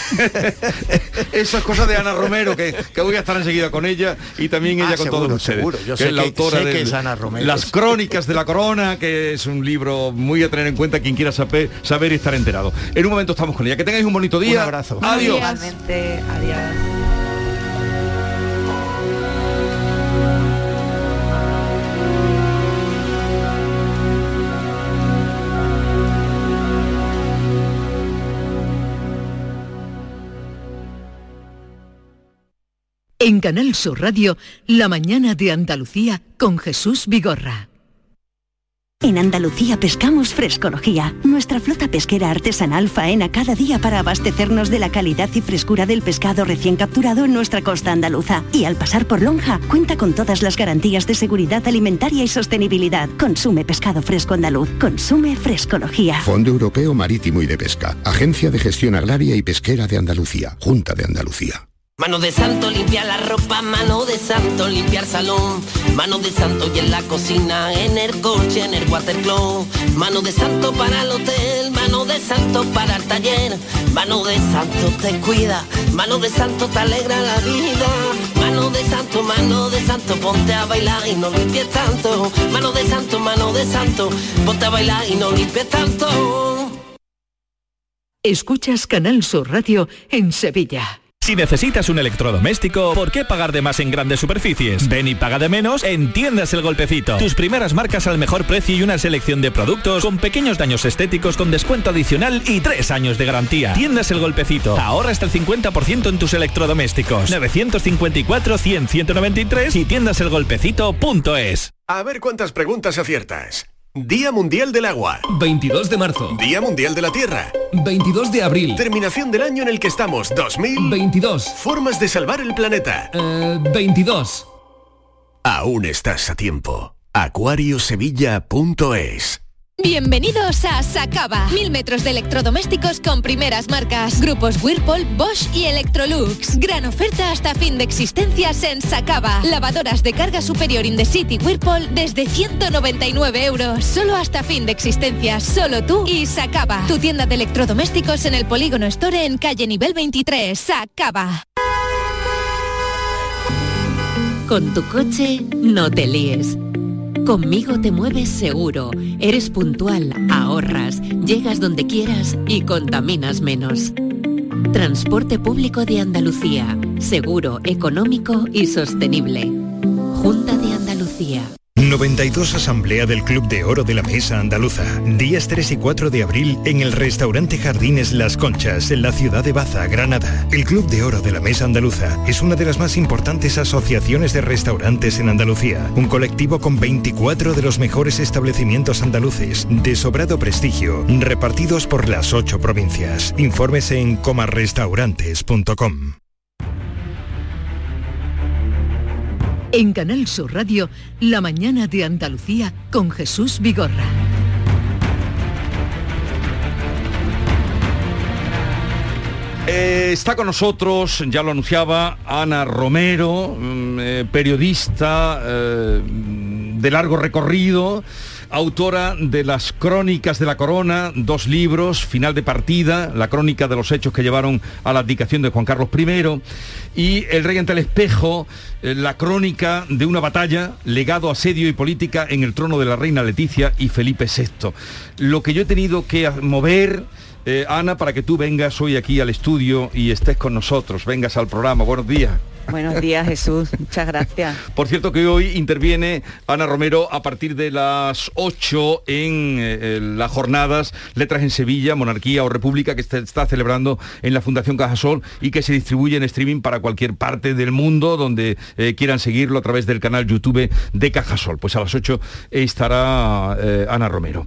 eso es cosa de Ana Romero, que, que voy a estar enseguida con ella y también ella ah, con seguro, todos ustedes. Seguro. Yo que sé es la que, autora sé de que es Ana Romero. Las Crónicas de la Corona, que es un libro muy a tener en cuenta quien quiera saber, saber y estar enterado. En un momento estamos con ella. Que tengáis un bonito día. Un abrazo. Adiós. Igualmente, adiós. En Canal Sur Radio, La mañana de Andalucía con Jesús Vigorra. En Andalucía pescamos Frescología, nuestra flota pesquera artesanal faena cada día para abastecernos de la calidad y frescura del pescado recién capturado en nuestra costa andaluza. Y al pasar por Lonja, cuenta con todas las garantías de seguridad alimentaria y sostenibilidad. Consume pescado fresco andaluz, consume Frescología. Fondo Europeo Marítimo y de Pesca, Agencia de Gestión Agraria y Pesquera de Andalucía, Junta de Andalucía. Mano de santo, limpiar la ropa, mano de santo, limpiar salón, mano de santo y en la cocina, en el coche, en el watercloak, mano de santo para el hotel, mano de santo para el taller, mano de santo te cuida, mano de santo te alegra la vida, mano de santo, mano de santo, ponte a bailar y no limpies tanto, mano de santo, mano de santo, ponte a bailar y no limpies tanto. Escuchas Canal Sur Radio en Sevilla. Si necesitas un electrodoméstico, ¿por qué pagar de más en grandes superficies? Ven y paga de menos en Tiendas El Golpecito. Tus primeras marcas al mejor precio y una selección de productos con pequeños daños estéticos con descuento adicional y tres años de garantía. Tiendas El Golpecito. Ahorra hasta el cincuenta por ciento en tus electrodomésticos. novecientos cincuenta y cuatro, cien, ciento noventa y tres y tiendas el golpecito punto es. A ver cuántas preguntas aciertas. Día Mundial del Agua. veintidós de marzo. Día Mundial de la Tierra. veintidós de abril. Terminación del año en el que estamos. dos mil veintidós. Formas de salvar el planeta. Eh, veintidós. Aún estás a tiempo. acuario sevilla punto es. Bienvenidos a Sacaba. Mil metros de electrodomésticos con primeras marcas. Grupos Whirlpool, Bosch y Electrolux. Gran oferta hasta fin de existencias en Sacaba. Lavadoras de carga superior in the city Whirlpool desde ciento noventa y nueve euros. Solo hasta fin de existencias. Solo tú y Sacaba. Tu tienda de electrodomésticos en el Polígono Store en calle nivel veintitrés. Sacaba. Con tu coche no te líes. Conmigo te mueves seguro, eres puntual, ahorras, llegas donde quieras y contaminas menos. Transporte público de Andalucía, seguro, económico y sostenible. Junta de Andalucía. No noventa y dos Asamblea del Club de Oro de la Mesa Andaluza. Días tres y cuatro de abril en el restaurante Jardines Las Conchas, en la ciudad de Baza, Granada. El Club de Oro de la Mesa Andaluza es una de las más importantes asociaciones de restaurantes en Andalucía. Un colectivo con veinticuatro de los mejores establecimientos andaluces, de sobrado prestigio, repartidos por las ocho provincias. Infórmese en comarrestaurantes punto com. En Canal Sur Radio, La mañana de Andalucía con Jesús Vigorra. Eh, está con nosotros, ya lo anunciaba, Ana Romero, eh, periodista eh, de largo recorrido, autora de las Crónicas de la Corona, dos libros, Final de partida, la crónica de los hechos que llevaron a la abdicación de Juan Carlos primero, y El rey ante el espejo, eh, la crónica de una batalla, legado, asedio y política en el trono de la reina Leticia y Felipe sexto. Lo que yo he tenido que mover, eh, Ana, para que tú vengas hoy aquí al estudio y estés con nosotros, vengas al programa. Buenos días. Buenos días, Jesús. Muchas gracias. Por cierto que hoy interviene Ana Romero a partir de las ocho en eh, las jornadas Letras en Sevilla, Monarquía o República, que se está celebrando en la Fundación Cajasol y que se distribuye en streaming para cualquier parte del mundo donde eh, quieran seguirlo a través del canal YouTube de Cajasol. Pues a las ocho estará eh, Ana Romero.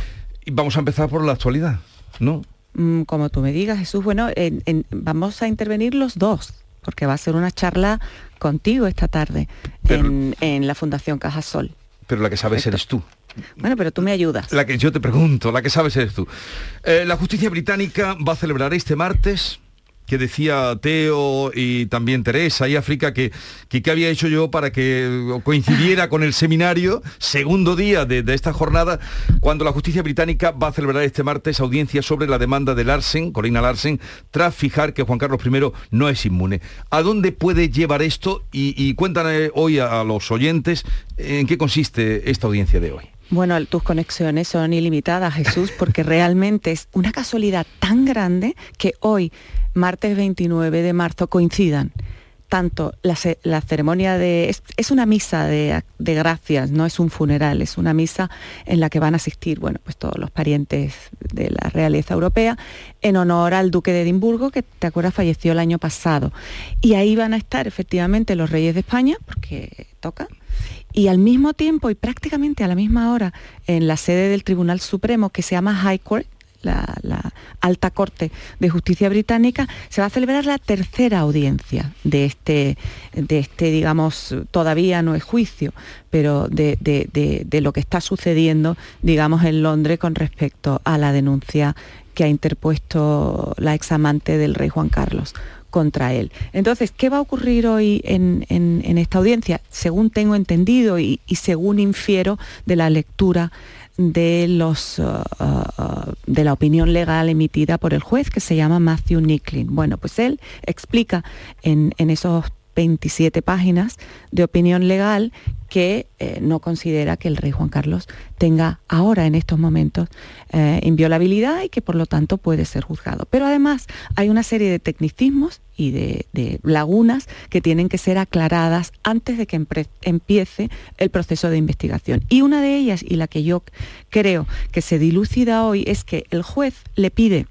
Y vamos a empezar por la actualidad, ¿no? Como tú me digas, Jesús. Bueno, en, en, vamos a intervenir los dos, porque va a ser una charla contigo esta tarde pero, en, en la Fundación Cajasol. Pero la que sabes eres tú. Bueno, pero tú me ayudas. La que yo te pregunto, la que sabes eres tú. Eh, la justicia británica va a celebrar este martes, que decía Teo y también Teresa y África, que, que, que había hecho yo para que coincidiera con el seminario, segundo día de, de esta jornada, cuando la justicia británica va a celebrar este martes audiencia sobre la demanda de Larsen, Corina Larsen, tras fijar que Juan Carlos primero no es inmune. ¿A dónde puede llevar esto? Y, y cuéntame hoy a, a los oyentes en qué consiste esta audiencia de hoy. Bueno, tus conexiones son ilimitadas, Jesús, porque realmente es una casualidad tan grande que hoy, martes veintinueve de marzo, coincidan tanto la, la ceremonia de... Es, es una misa de, de gracias, no es un funeral, es una misa en la que van a asistir, bueno, pues todos los parientes de la realeza europea, en honor al duque de Edimburgo, que, te acuerdas, falleció el año pasado. Y ahí van a estar efectivamente los reyes de España, porque toca, y al mismo tiempo y prácticamente a la misma hora, en la sede del Tribunal Supremo, que se llama High Court, la, la Alta Corte de Justicia Británica, se va a celebrar la tercera audiencia de este, de este, digamos, todavía no es juicio, pero de, de, de, de lo que está sucediendo, digamos, en Londres con respecto a la denuncia que ha interpuesto la examante del rey Juan Carlos contra él. Entonces, ¿qué va a ocurrir hoy en, en, en esta audiencia? Según tengo entendido y, y según infiero de la lectura de los uh, uh, de la opinión legal emitida por el juez, que se llama Matthew Nicklin. Bueno, pues él explica en, en esos veintisiete páginas de opinión legal que eh, no considera que el rey Juan Carlos tenga ahora, en estos momentos, eh, inviolabilidad y que por lo tanto puede ser juzgado. Pero además hay una serie de tecnicismos y de, de lagunas que tienen que ser aclaradas antes de que empre- empiece el proceso de investigación. Y una de ellas, y la que yo creo que se dilucida hoy, es que el juez le pide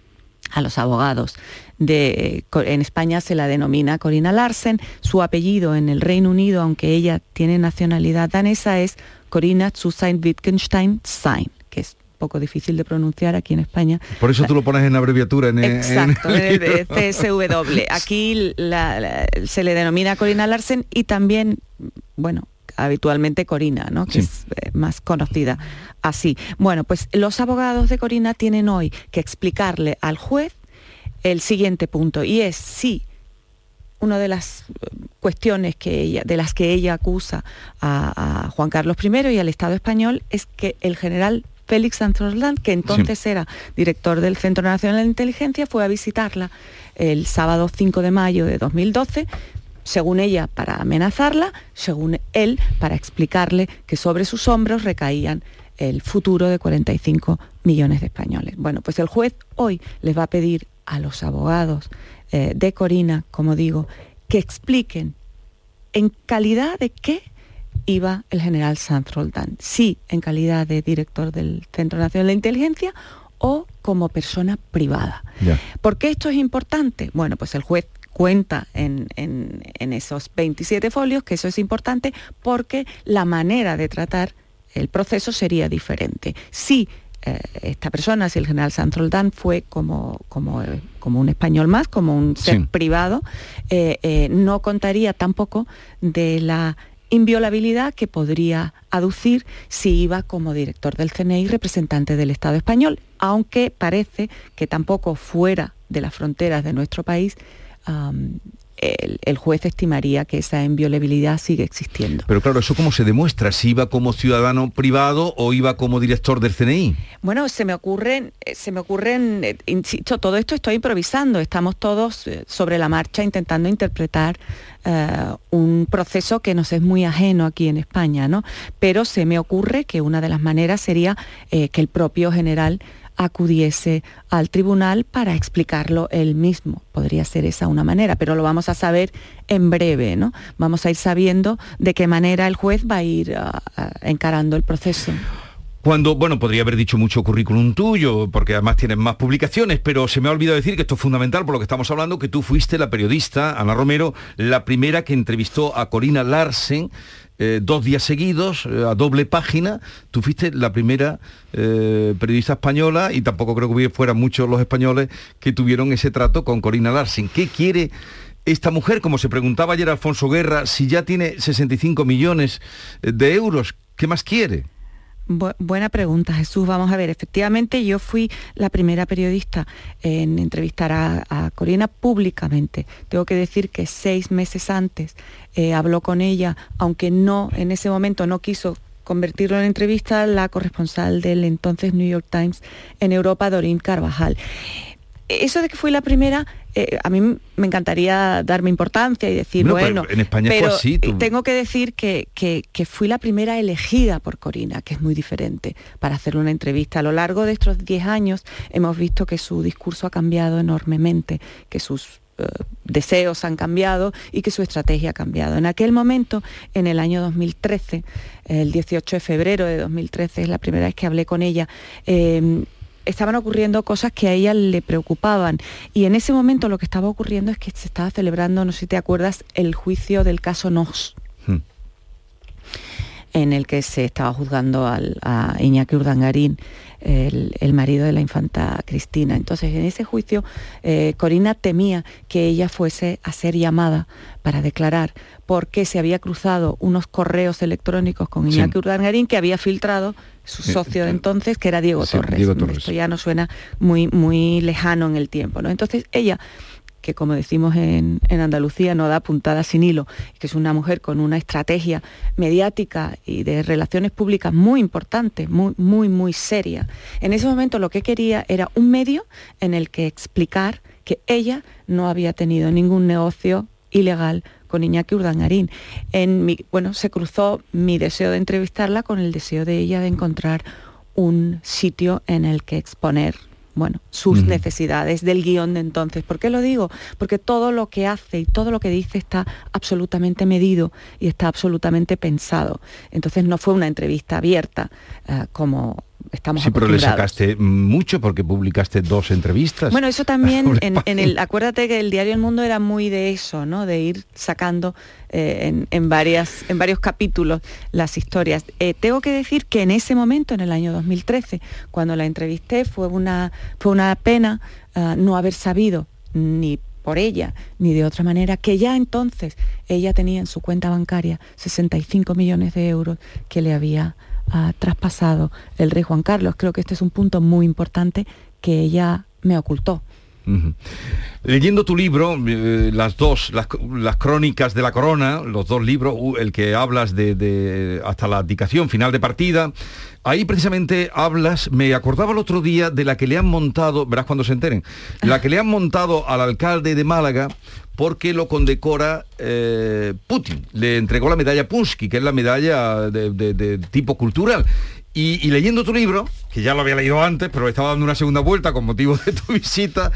a los abogados de, en España se la denomina Corina Larsen, su apellido en el Reino Unido, aunque ella tiene nacionalidad danesa, es Corina Zusain Wittgenstein Sein, que es un poco difícil de pronunciar aquí en España. Por eso tú lo pones en abreviatura. En, Exacto, en el, en el C S W. Aquí la, la, se le denomina Corina Larsen y también, bueno, habitualmente Corina, ¿no? Que sí, es eh, más conocida así. Bueno, pues los abogados de Corina tienen hoy que explicarle al juez el siguiente punto, y es si una de las cuestiones que ella, de las que ella acusa a, a Juan Carlos primero y al Estado español es que el general Félix Sanz Roldán, que entonces sí. era director del Centro Nacional de Inteligencia, fue a visitarla el sábado cinco de mayo de dos mil doce, según ella para amenazarla, según él para explicarle que sobre sus hombros recaían el futuro de cuarenta y cinco millones de españoles. Bueno, pues el juez hoy les va a pedir a los abogados eh, de Corina, como digo, que expliquen en calidad de qué iba el general Sanz Roldán, sí en calidad de director del Centro Nacional de Inteligencia o como persona privada. Ya. ¿Por qué esto es importante? Bueno, pues el juez cuenta en, en, en esos veintisiete folios que eso es importante porque la manera de tratar el proceso sería diferente. Si eh, esta persona, si el general Sanz Roldán fue como, como, eh, como un español más, como un ser Sí. privado, eh, eh, no contaría tampoco de la inviolabilidad que podría aducir si iba como director del C N I, representante del Estado español, aunque parece que tampoco fuera de las fronteras de nuestro país um, el, el juez estimaría que esa inviolabilidad sigue existiendo. Pero claro, ¿eso cómo se demuestra? ¿Si iba como ciudadano privado o iba como director del C N I? Bueno, se me ocurren, se me ocurren, eh, insisto, todo esto estoy improvisando, estamos todos eh, sobre la marcha intentando interpretar eh, un proceso que nos es muy ajeno aquí en España, ¿no? Pero se me ocurre que una de las maneras sería eh, que el propio general acudiese al tribunal para explicarlo él mismo. Podría ser esa una manera, pero lo vamos a saber en breve, ¿no? Vamos a ir sabiendo de qué manera el juez va a ir uh, uh, encarando el proceso. Cuando, bueno, podría haber dicho mucho currículum tuyo, porque además tienes más publicaciones, pero se me ha olvidado decir que esto es fundamental por lo que estamos hablando, que tú fuiste la periodista, Ana Romero, la primera que entrevistó a Corina Larsen, eh, dos días seguidos, eh, a doble página. Tú fuiste la primera eh, periodista española, y tampoco creo que fueran muchos los españoles que tuvieron ese trato con Corina Larsen. ¿Qué quiere esta mujer? Como se preguntaba ayer Alfonso Guerra, si ya tiene sesenta y cinco millones de euros, ¿qué más quiere? Bu- buena pregunta, Jesús. Vamos a ver, efectivamente yo fui la primera periodista en entrevistar a, a Corina públicamente. Tengo que decir que seis meses antes eh, habló con ella, aunque no, en ese momento no quiso convertirlo en entrevista, la corresponsal del entonces New York Times en Europa, Doreen Carvajal. Eso de que fui la primera, eh, a mí me encantaría darme importancia y decir, No, bueno, pero en España pero fue así, tú- tengo que decir que, que, que fui la primera elegida por Corina, que es muy diferente, para hacerle una entrevista. A lo largo de estos diez años hemos visto que su discurso ha cambiado enormemente, que sus eh, deseos han cambiado y que su estrategia ha cambiado. En aquel momento, en el año dos mil trece, el dieciocho de febrero de dos mil trece, es la primera vez que hablé con ella, eh, estaban ocurriendo cosas que a ella le preocupaban, y en ese momento lo que estaba ocurriendo es que se estaba celebrando, no sé si te acuerdas, el juicio del caso Nos, Hmm. en el que se estaba juzgando al, a Iñaki Urdangarín, el, el marido de la infanta Cristina. Entonces, en ese juicio, eh, Corina temía que ella fuese a ser llamada para declarar, porque se había cruzado unos correos electrónicos con Iñaki Sí. Urdangarín que había filtrado su Eh, socio de eh, entonces, que era Diego sí, Torres. Diego Torres. Esto ya nos suena muy, muy lejano en el tiempo, ¿no? Entonces, ella, que como decimos en, en Andalucía, no da puntada sin hilo, que es una mujer con una estrategia mediática y de relaciones públicas muy importante, muy, muy, muy seria. En ese momento lo que quería era un medio en el que explicar que ella no había tenido ningún negocio ilegal con Iñaki Urdangarín. En mi, bueno, se cruzó mi deseo de entrevistarla con el deseo de ella de encontrar un sitio en el que exponer, bueno, sus Ujú. necesidades del guión de entonces. ¿Por qué lo digo? Porque todo lo que hace y todo lo que dice está absolutamente medido y está absolutamente pensado. Entonces no fue una entrevista abierta, eh, como estamos Sí, pero le acostumbrados. sacaste mucho porque publicaste dos entrevistas. Bueno, eso también, Doble en, en página. el, acuérdate que el diario El Mundo era muy de eso, ¿no? De ir sacando eh, en, en, varias, en varios capítulos las historias. Eh, tengo que decir que en ese momento, en el año dos mil trece, cuando la entrevisté, fue una, fue una pena uh, no haber sabido ni por ella, ni de otra manera, que ya entonces ella tenía en su cuenta bancaria sesenta y cinco millones de euros que le había ha traspasado el rey Juan Carlos. Creo que este es un punto muy importante que ella me ocultó. Uh-huh. Leyendo tu libro, eh, las dos, las, las crónicas de la corona, los dos libros, uh, el que hablas de, de hasta la abdicación, final de partida, ahí precisamente hablas, me acordaba el otro día de la que le han montado, verás cuando se enteren, la que le han montado al alcalde de Málaga porque lo condecora eh, Putin. Le entregó la medalla Punsky, que es la medalla de, de, de tipo cultural. Y, y leyendo tu libro, que ya lo había leído antes, pero estaba dando una segunda vuelta con motivo de tu visita,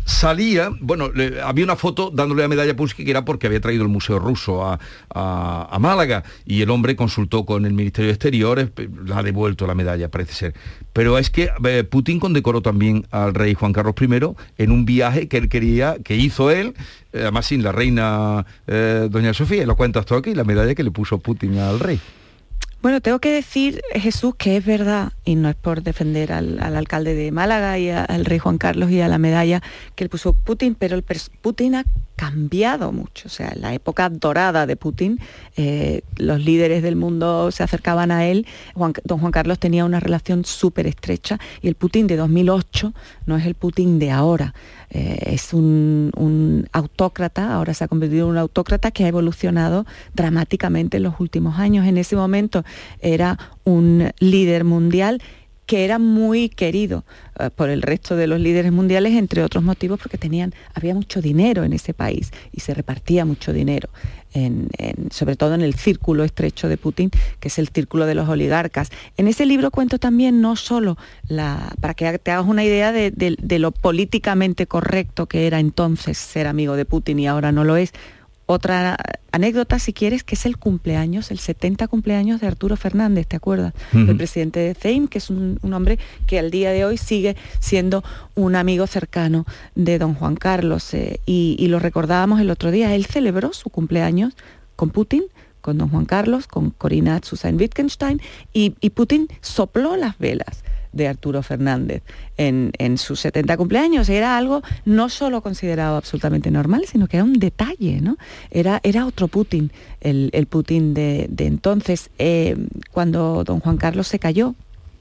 salía, bueno, le, había una foto dándole la medalla a Putin, que era porque había traído el Museo Ruso a, a, a Málaga, y el hombre consultó con el Ministerio de Exteriores, le ha devuelto la medalla, parece ser. Pero es que eh, Putin condecoró también al rey Juan Carlos primero en un viaje que él quería, que hizo él, eh, además sin la reina eh, doña Sofía, y lo cuentas todo aquí, la medalla que le puso Putin al rey. Bueno, tengo que decir, Jesús, que es verdad, y no es por defender al, al alcalde de Málaga y a, al rey Juan Carlos y a la medalla que le puso Putin, pero el Putin ha cambiado mucho. O sea, en la época dorada de Putin, eh, los líderes del mundo se acercaban a él. Juan, don Juan Carlos tenía una relación súper estrecha, y el Putin de dos mil ocho no es el Putin de ahora. Eh, es un, un autócrata, ahora se ha convertido en un autócrata que ha evolucionado dramáticamente en los últimos años. En ese momento era un líder mundial que era muy querido uh, por el resto de los líderes mundiales, entre otros motivos porque tenían, había mucho dinero en ese país y se repartía mucho dinero, en, en, sobre todo en el círculo estrecho de Putin, que es el círculo de los oligarcas. En ese libro cuento también no solo, la, para que te hagas una idea de, de, de lo políticamente correcto que era entonces ser amigo de Putin y ahora no lo es. Otra anécdota, si quieres, que es el cumpleaños, el setenta cumpleaños de Arturo Fernández, ¿te acuerdas? Uh-huh. El presidente de C E I M, que es un, un hombre que al día de hoy sigue siendo un amigo cercano de don Juan Carlos, eh, y, y lo recordábamos el otro día. Él celebró su cumpleaños con Putin, con don Juan Carlos, con Corina Tsusain-Wittgenstein, y, y Putin sopló las velas de Arturo Fernández en, en sus setenta cumpleaños. Era algo no solo considerado absolutamente normal, sino que era un detalle, ¿no? Era, era otro Putin, el, el Putin de, de entonces. Eh, cuando don Juan Carlos se cayó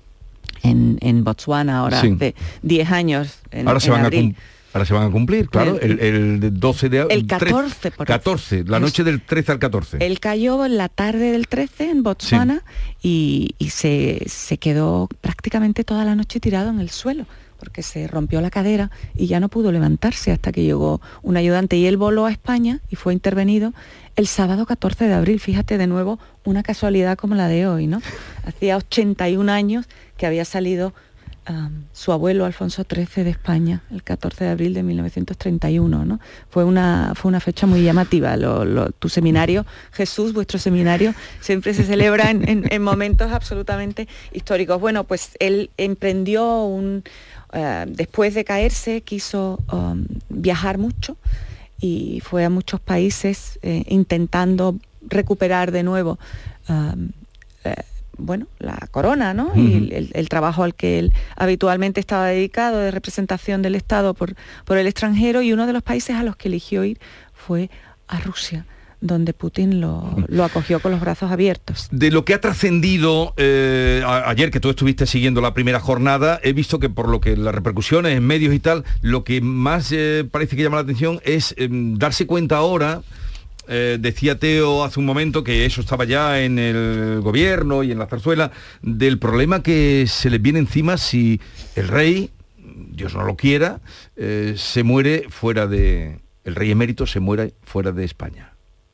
en, en Botswana, ahora sí, hace diez años, en, ahora se en van abril. a cum- Ahora se van a cumplir, claro, el, el, el doce de El catorce, por catorce, la noche del trece al catorce. Él cayó en la tarde del trece en Botswana, sí, y, y se, se quedó prácticamente toda la noche tirado en el suelo, porque se rompió la cadera y ya no pudo levantarse hasta que llegó un ayudante, y él voló a España y fue intervenido el sábado catorce de abril. Fíjate, de nuevo, una casualidad como la de hoy, ¿no? Hacía ochenta y un años que había salido Um, su abuelo Alfonso trece de España, el catorce de abril de mil novecientos treinta y uno, ¿no? Fue una, fue una fecha muy llamativa. Lo, lo, tu seminario, Jesús, vuestro seminario, siempre se celebra en, en, en momentos absolutamente históricos. Bueno, pues él emprendió un... Uh, después de caerse, quiso um, viajar mucho y fue a muchos países eh, intentando recuperar de nuevo um, eh, bueno, la corona, ¿no? Uh-huh. Y el, el trabajo al que él habitualmente estaba dedicado, de representación del Estado por, por el extranjero, y uno de los países a los que eligió ir fue a Rusia, donde Putin lo, lo acogió con los brazos abiertos. De lo que ha trascendido eh, a, ayer, que tú estuviste siguiendo la primera jornada, he visto que por lo que las repercusiones en medios y tal, lo que más eh, parece que llama la atención es eh, darse cuenta ahora. Eh, decía Teo hace un momento que eso estaba ya en el gobierno y en la zarzuela, del problema que se les viene encima si el rey, Dios no lo quiera, eh, se muere fuera de... el rey emérito se muere fuera de España.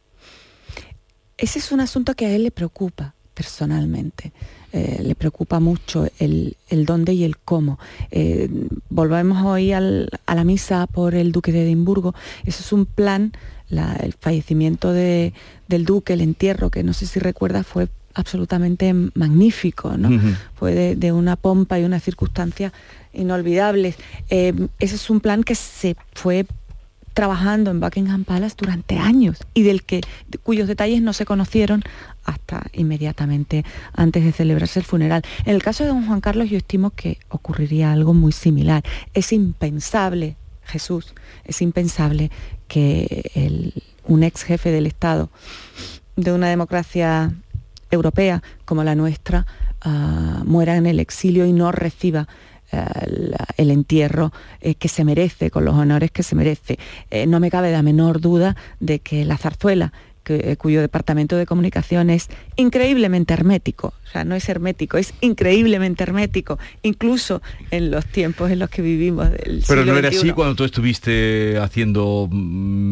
Ese es un asunto que a él le preocupa personalmente. Eh, le preocupa mucho el, el dónde y el cómo. Eh, volvemos hoy al, a la misa por el duque de Edimburgo. Eso es un plan, la, el fallecimiento de, del duque, el entierro, que no sé si recuerdas, fue absolutamente magnífico, ¿no? Uh-huh. Fue de, de una pompa y unas circunstancias inolvidables. Eh, ese es un plan que se fue trabajando en Buckingham Palace durante años y del que de, cuyos detalles no se conocieron hasta inmediatamente antes de celebrarse el funeral. En el caso de don Juan Carlos, yo estimo que ocurriría algo muy similar. Es impensable, Jesús, es impensable que el, un ex jefe del Estado de una democracia europea como la nuestra uh, muera en el exilio y no reciba El, el entierro eh, que se merece, con los honores que se merece. Eh, no me cabe la menor duda de que la zarzuela, que, eh, cuyo departamento de comunicación es increíblemente hermético, o sea, no es hermético, es increíblemente hermético, incluso en los tiempos en los que vivimos del Pero siglo no era veintiuno. así cuando tú estuviste haciendo mmm,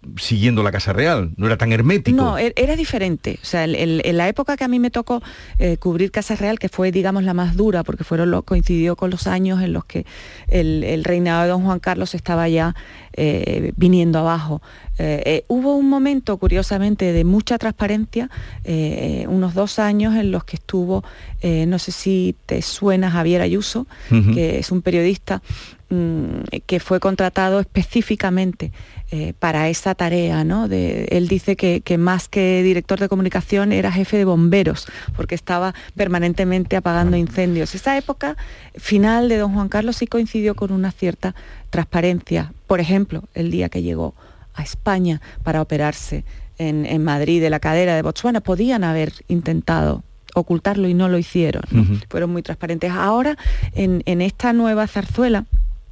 siguiendo la Casa Real, no era tan hermético. No, era diferente. O sea, el, el, en la época que a mí me tocó eh, cubrir Casa Real, que fue, digamos, la más dura, porque fueron lo, coincidió con los años en los que el, el reinado de don Juan Carlos estaba ya eh, viniendo abajo. Eh, eh, hubo un momento, curiosamente, de mucha transparencia, eh, unos dos años en los que estuvo, eh, no sé si te suena, Javier Ayuso, uh-huh. que es un periodista mmm, que fue contratado específicamente eh, para esa tarea, ¿no? De, él dice que, que más que director de comunicación era jefe de bomberos, porque estaba permanentemente apagando incendios. Esa época final de don Juan Carlos sí coincidió con una cierta transparencia. Por ejemplo, el día que llegó a España para operarse en, en Madrid de la cadera de Botsuana, podían haber intentado ocultarlo y no lo hicieron, ¿no? Uh-huh. Fueron muy transparentes. Ahora, en, en esta nueva zarzuela,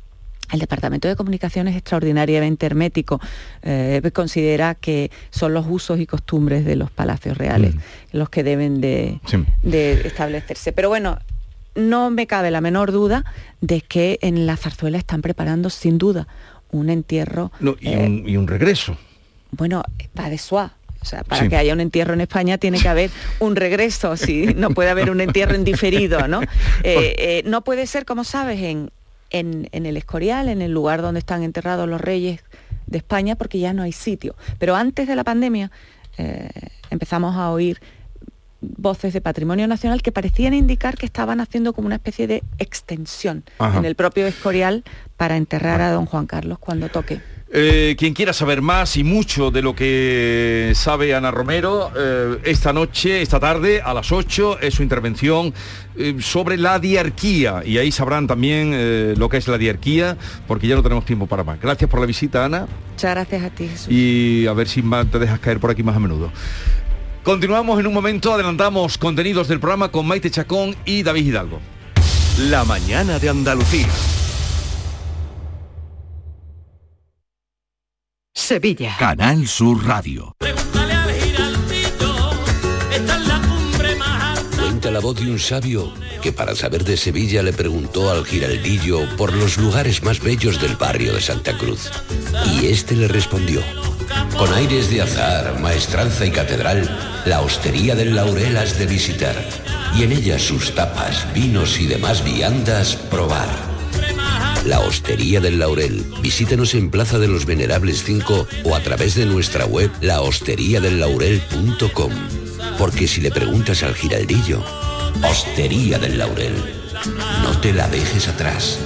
el Departamento de Comunicación es extraordinariamente hermético, eh, considera que son los usos y costumbres de los palacios reales uh-huh. los que deben de, sí. de establecerse. Pero bueno, no me cabe la menor duda de que en la zarzuela están preparando sin duda un entierro. No, y, eh, un, y un regreso. Bueno, va de soa. O sea, para sí. que haya un entierro en España tiene que haber un regreso, si no puede haber un entierro en diferido, ¿no? Eh, eh, no puede ser, como sabes, en, en, en el Escorial, en el lugar donde están enterrados los reyes de España, porque ya no hay sitio. Pero antes de la pandemia eh, empezamos a oír voces de Patrimonio Nacional que parecían indicar que estaban haciendo como una especie de extensión Ajá. en el propio Escorial para enterrar a don Juan Carlos cuando toque. Eh, quien quiera saber más y mucho de lo que sabe Ana Romero, eh, esta noche, esta tarde, a las ocho, es su intervención eh, sobre la diarquía. Y ahí sabrán también eh, lo que es la diarquía, porque ya no tenemos tiempo para más. Gracias por la visita, Ana. Muchas gracias a ti, Jesús. Y a ver si te dejas caer por aquí más a menudo. Continuamos en un momento, adelantamos contenidos del programa con Maite Chacón y David Hidalgo. La mañana de Andalucía. Sevilla. Canal Sur Radio. Cuenta la voz de un sabio que para saber de Sevilla le preguntó al giraldillo por los lugares más bellos del barrio de Santa Cruz. Y este le respondió: con aires de azar, maestranza y catedral, la hostería del Laurel has de visitar, y en ella sus tapas, vinos y demás viandas probar. La Hostería del Laurel. Visítanos en Plaza de los Venerables cinco o a través de nuestra web la hostería del laurel punto com. Porque si le preguntas al giraldillo, Hostería del Laurel, no te la dejes atrás.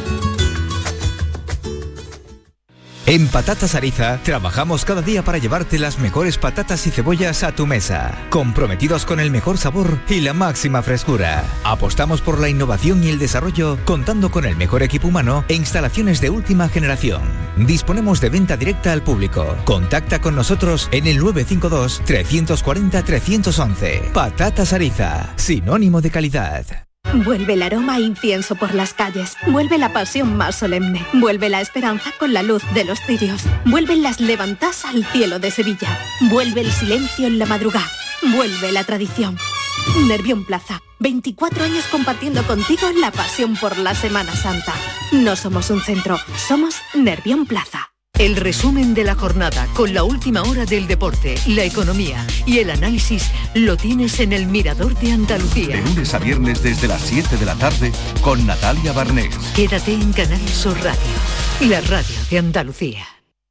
En Patatas Ariza trabajamos cada día para llevarte las mejores patatas y cebollas a tu mesa, comprometidos con el mejor sabor y la máxima frescura. Apostamos por la innovación y el desarrollo, contando con el mejor equipo humano e instalaciones de última generación. Disponemos de venta directa al público. Contacta con nosotros en el nueve cinco dos, tres cuatro cero, tres once. Patatas Ariza, sinónimo de calidad. Vuelve el aroma a incienso por las calles. Vuelve la pasión más solemne. Vuelve la esperanza con la luz de los cirios. Vuelven las levantas al cielo de Sevilla. Vuelve el silencio en la madrugada. Vuelve la tradición. Nervión Plaza. veinticuatro años compartiendo contigo la pasión por la Semana Santa. No somos un centro, somos Nervión Plaza. El resumen de la jornada con la última hora del deporte, la economía y el análisis lo tienes en El Mirador de Andalucía. De lunes a viernes desde las siete de la tarde con Natalia Barnés. Quédate en Canal Sur Radio, la radio de Andalucía.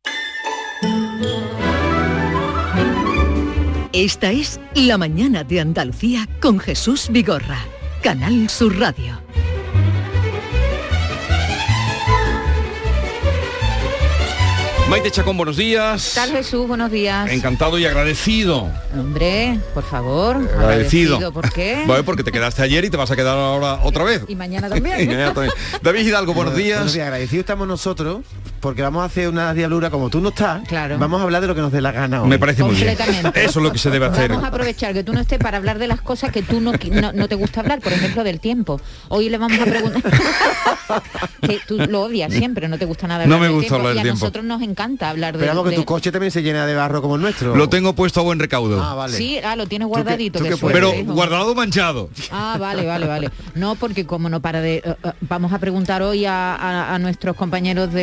Esta es La mañana de Andalucía con Jesús Vigorra, Canal Sur Radio. Maite Chacón, buenos días. ¿Qué tal, Jesús? Buenos días. Encantado y agradecido. Hombre, por favor. Agradecido. ¿Agradecido? ¿Por qué? Bueno, porque te quedaste ayer y te vas a quedar ahora otra vez. Y mañana también. y mañana también. David Hidalgo, buenos días. Buenos días, agradecidos estamos nosotros, porque vamos a hacer una diablura como tú no estás. Claro. Vamos a hablar de lo que nos dé la gana hoy. Me parece muy bien. Eso es lo que se debe hacer. Vamos a aprovechar que tú no estés para hablar de las cosas que tú no, no, no te gusta hablar, por ejemplo, del tiempo. Hoy le vamos a preguntar... que tú lo odias siempre, no te gusta nada hablar No me del gusta tiempo, hablar del y a tiempo. nosotros nos encanta hablar de... Esperamos que de... tu coche también se llena de barro como el nuestro. Lo tengo puesto a buen recaudo. Ah, vale. Sí, ah, lo tienes guardadito. ¿Tú qué- que tú qué suerte, Pero hijo. guardado manchado. Ah, vale, vale, vale. No, porque como no para de... Uh, uh, vamos a preguntar hoy a, a, a nuestros compañeros del Servicio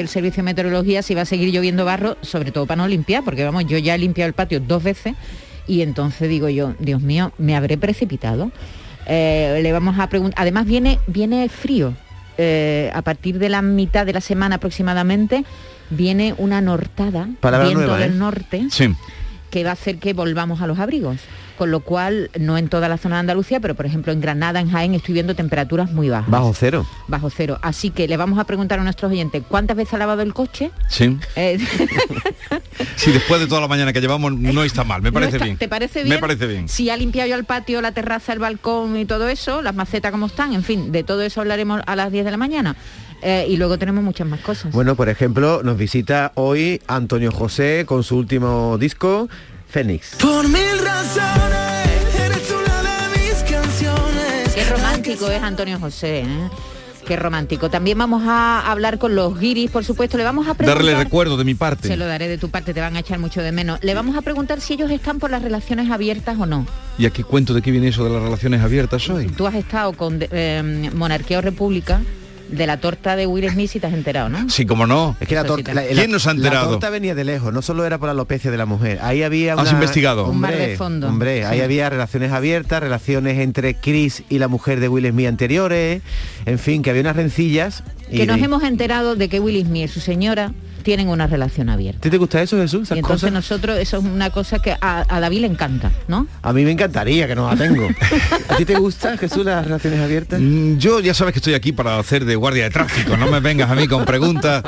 Meteorología si va a seguir lloviendo barro, sobre todo para no limpiar, porque vamos, yo ya he limpiado el patio dos veces y entonces digo yo, Dios mío, ¿me habré precipitado? Eh, le vamos a preguntar, además viene, viene frío, eh, a partir de la mitad de la semana aproximadamente, viene una nortada, Palabra viento nueva, del ¿eh? norte, sí. que va a hacer que volvamos a los abrigos. Con lo cual, no en toda la zona de Andalucía, pero por ejemplo en Granada, en Jaén, estoy viendo temperaturas muy bajas. Bajo cero. Bajo cero. Así que le vamos a preguntar a nuestros oyentes, ¿cuántas veces ha lavado el coche? Sí. Eh, Sí, después de toda la mañana que llevamos no está mal, me parece ¿no está- bien. ¿Te parece bien? Me parece bien. Si ha limpiado ya el patio, la terraza, el balcón y todo eso, las macetas como están, en fin, de todo eso hablaremos a las diez de la mañana. Eh, y luego tenemos muchas más cosas. Bueno, por ejemplo, nos visita hoy Antonio José con su último disco, Fénix. Por mil razones, eres una de mis canciones. Qué romántico es Antonio José, ¿eh? Qué romántico. También vamos a hablar con los guiris, por supuesto. Le vamos a preguntar... Darle recuerdo de mi parte. Se lo daré de tu parte, te van a echar mucho de menos. Le vamos a preguntar si ellos están por las relaciones abiertas o no. ¿Y aquí cuento de qué viene eso de las relaciones abiertas hoy? Tú has estado con eh, Monarquía o República, de la torta de Will Smith, si te has enterado, ¿no? Sí, como no. Es que la Eso sí torta, te- la, ¿Quién nos ha enterado? La torta venía de lejos, no solo era por la alopecia de la mujer. Ahí había una... ¿Has investigado? Hombre, Un mar de fondo. Hombre, ahí Sí. había relaciones abiertas, relaciones entre Chris y la mujer de Will Smith anteriores, en fin, que había unas rencillas. y Que nos de- hemos enterado de que Will Smith y su señora tienen una relación ¿A abierta. ti te gusta eso, Jesús? Esas Y entonces cosas? nosotros, eso es una cosa que a, a David le encanta, ¿no? A mí me encantaría, que no la tengo. ¿A ti te gusta, Jesús, las relaciones abiertas? Mm, Yo ya sabes que estoy aquí para hacer de guardia de tráfico, no me vengas a mí con preguntas.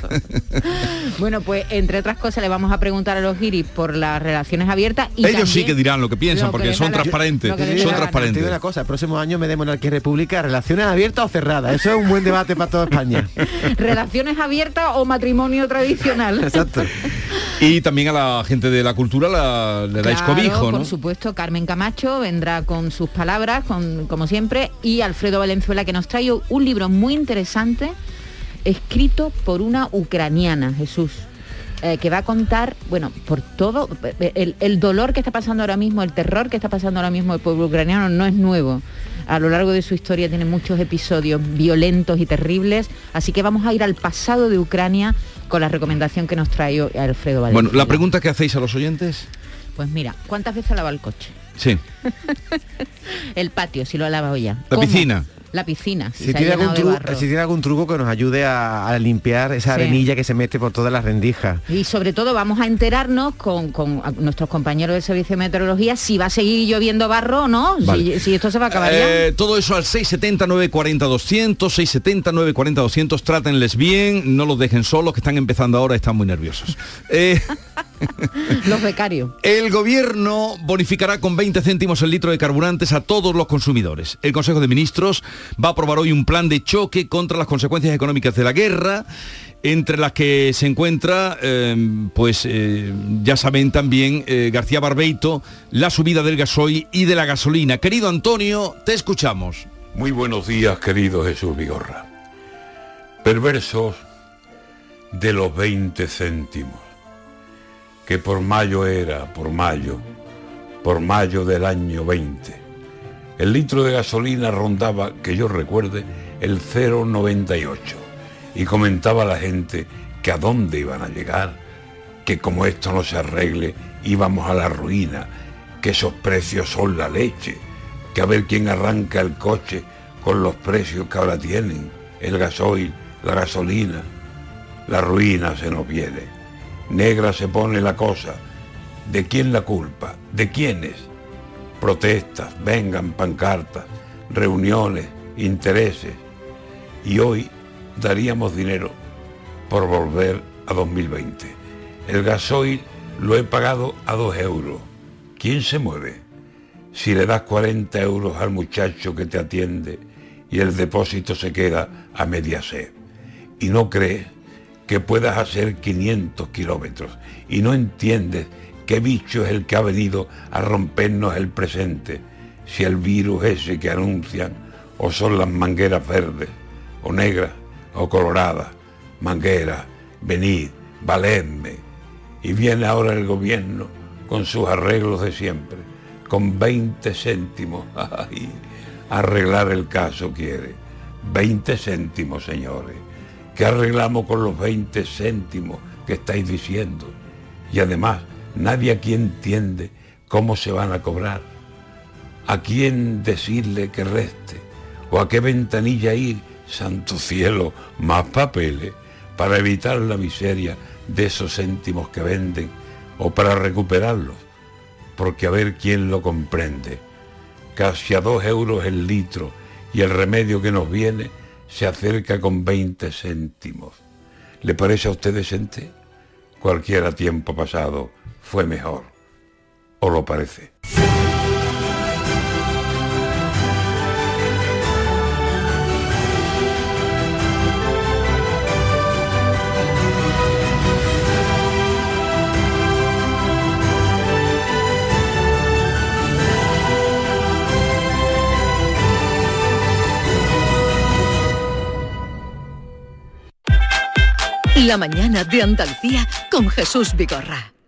Bueno, pues entre otras cosas le vamos a preguntar a los guiris por las relaciones abiertas y Ellos también sí que dirán lo que piensan lo que porque les son da la- transparentes, lo que les dé son la gana. Te digo transparentes. una cosa, el próximo año me de Monarquía y República, relaciones abiertas o cerradas. Eso es un buen debate para toda España. relaciones abiertas o matrimonio tradicional. Exacto. Y también a la gente de la cultura la, le dais Claro, cobijo, ¿no? por supuesto, Carmen Camacho vendrá con sus palabras, con, como siempre, y Alfredo Valenzuela, que nos trae un libro muy interesante, escrito por una ucraniana, Jesús, eh, que va a contar, bueno, por todo, el, el dolor que está pasando ahora mismo, el terror que está pasando ahora mismo el pueblo ucraniano no es nuevo. A lo largo de su historia tiene muchos episodios violentos y terribles, así que vamos a ir al pasado de Ucrania con la recomendación que nos trae hoy Alfredo Valenzuela. Bueno, la pregunta que hacéis a los oyentes, Pues mira, ¿cuántas veces ha lavado el coche? sí. El patio, si lo ha lavado ya. La ¿Cómo? piscina. La piscina, si, Si se ha tiene, algún llenado de truco, barro. si tiene algún truco que nos ayude a, a limpiar esa Sí. arenilla que se mete por todas las rendijas. Y sobre todo vamos a enterarnos con, con a- nuestros compañeros del Servicio de Meteorología si va a seguir lloviendo barro o no, Vale. si, si esto se va a acabar Eh, todo eso al seis setenta, nueve cuarenta, doscientos, seis setenta, nueve cuarenta, doscientos, trátenles bien, no los dejen solos, que están empezando ahora, están muy nerviosos. Eh, ya. Los becarios. El gobierno bonificará con veinte céntimos el litro de carburantes a todos los consumidores. El Consejo de Ministros va a aprobar hoy un plan de choque contra las consecuencias económicas de la guerra, entre las que se encuentra, eh, pues eh, ya saben también, eh, García Barbeito, la subida del gasoil y de la gasolina. Querido Antonio, te escuchamos. Muy buenos días, querido Jesús Vigorra. Perversos de los veinte céntimos, que por mayo era, por mayo, por mayo del año veinte. El litro de gasolina rondaba, que yo recuerde, el cero coma noventa y ocho. Y comentaba la gente que a dónde iban a llegar, que como esto no se arregle, íbamos a la ruina, que esos precios son la leche, que a ver quién arranca el coche con los precios que ahora tienen, el gasoil, la gasolina. La ruina se nos viene. Negra se pone la cosa. ¿De quién la culpa? ¿De quiénes? Protestas, vengan pancartas, reuniones, intereses. Y hoy daríamos dinero por volver a dos mil veinte. El gasoil lo he pagado a dos euros. ¿Quién se mueve? Si le das cuarenta euros al muchacho que te atiende y el depósito se queda a media sed. Y no crees que puedas hacer quinientos kilómetros y no entiendes qué bicho es el que ha venido a rompernos el presente, si el virus ese que anuncian o son las mangueras verdes o negras o coloradas. Mangueras, venid, valedme. Y viene ahora el gobierno con sus arreglos de siempre, con veinte céntimos. Ay, arreglar el caso quiere. veinte céntimos, señores. ¿Qué arreglamos con los veinte céntimos que estáis diciendo? Y además, nadie aquí entiende cómo se van a cobrar. ¿A quién decirle que reste? ¿O a qué ventanilla ir? Santo cielo, más papeles para evitar la miseria de esos céntimos que venden o para recuperarlos. Porque a ver quién lo comprende. Casi a dos euros el litro y el remedio que nos viene se acerca con veinte céntimos. ¿Le parece a usted decente? Cualquiera tiempo pasado fue mejor. ¿O lo parece? La mañana de Andalucía con Jesús Vigorra.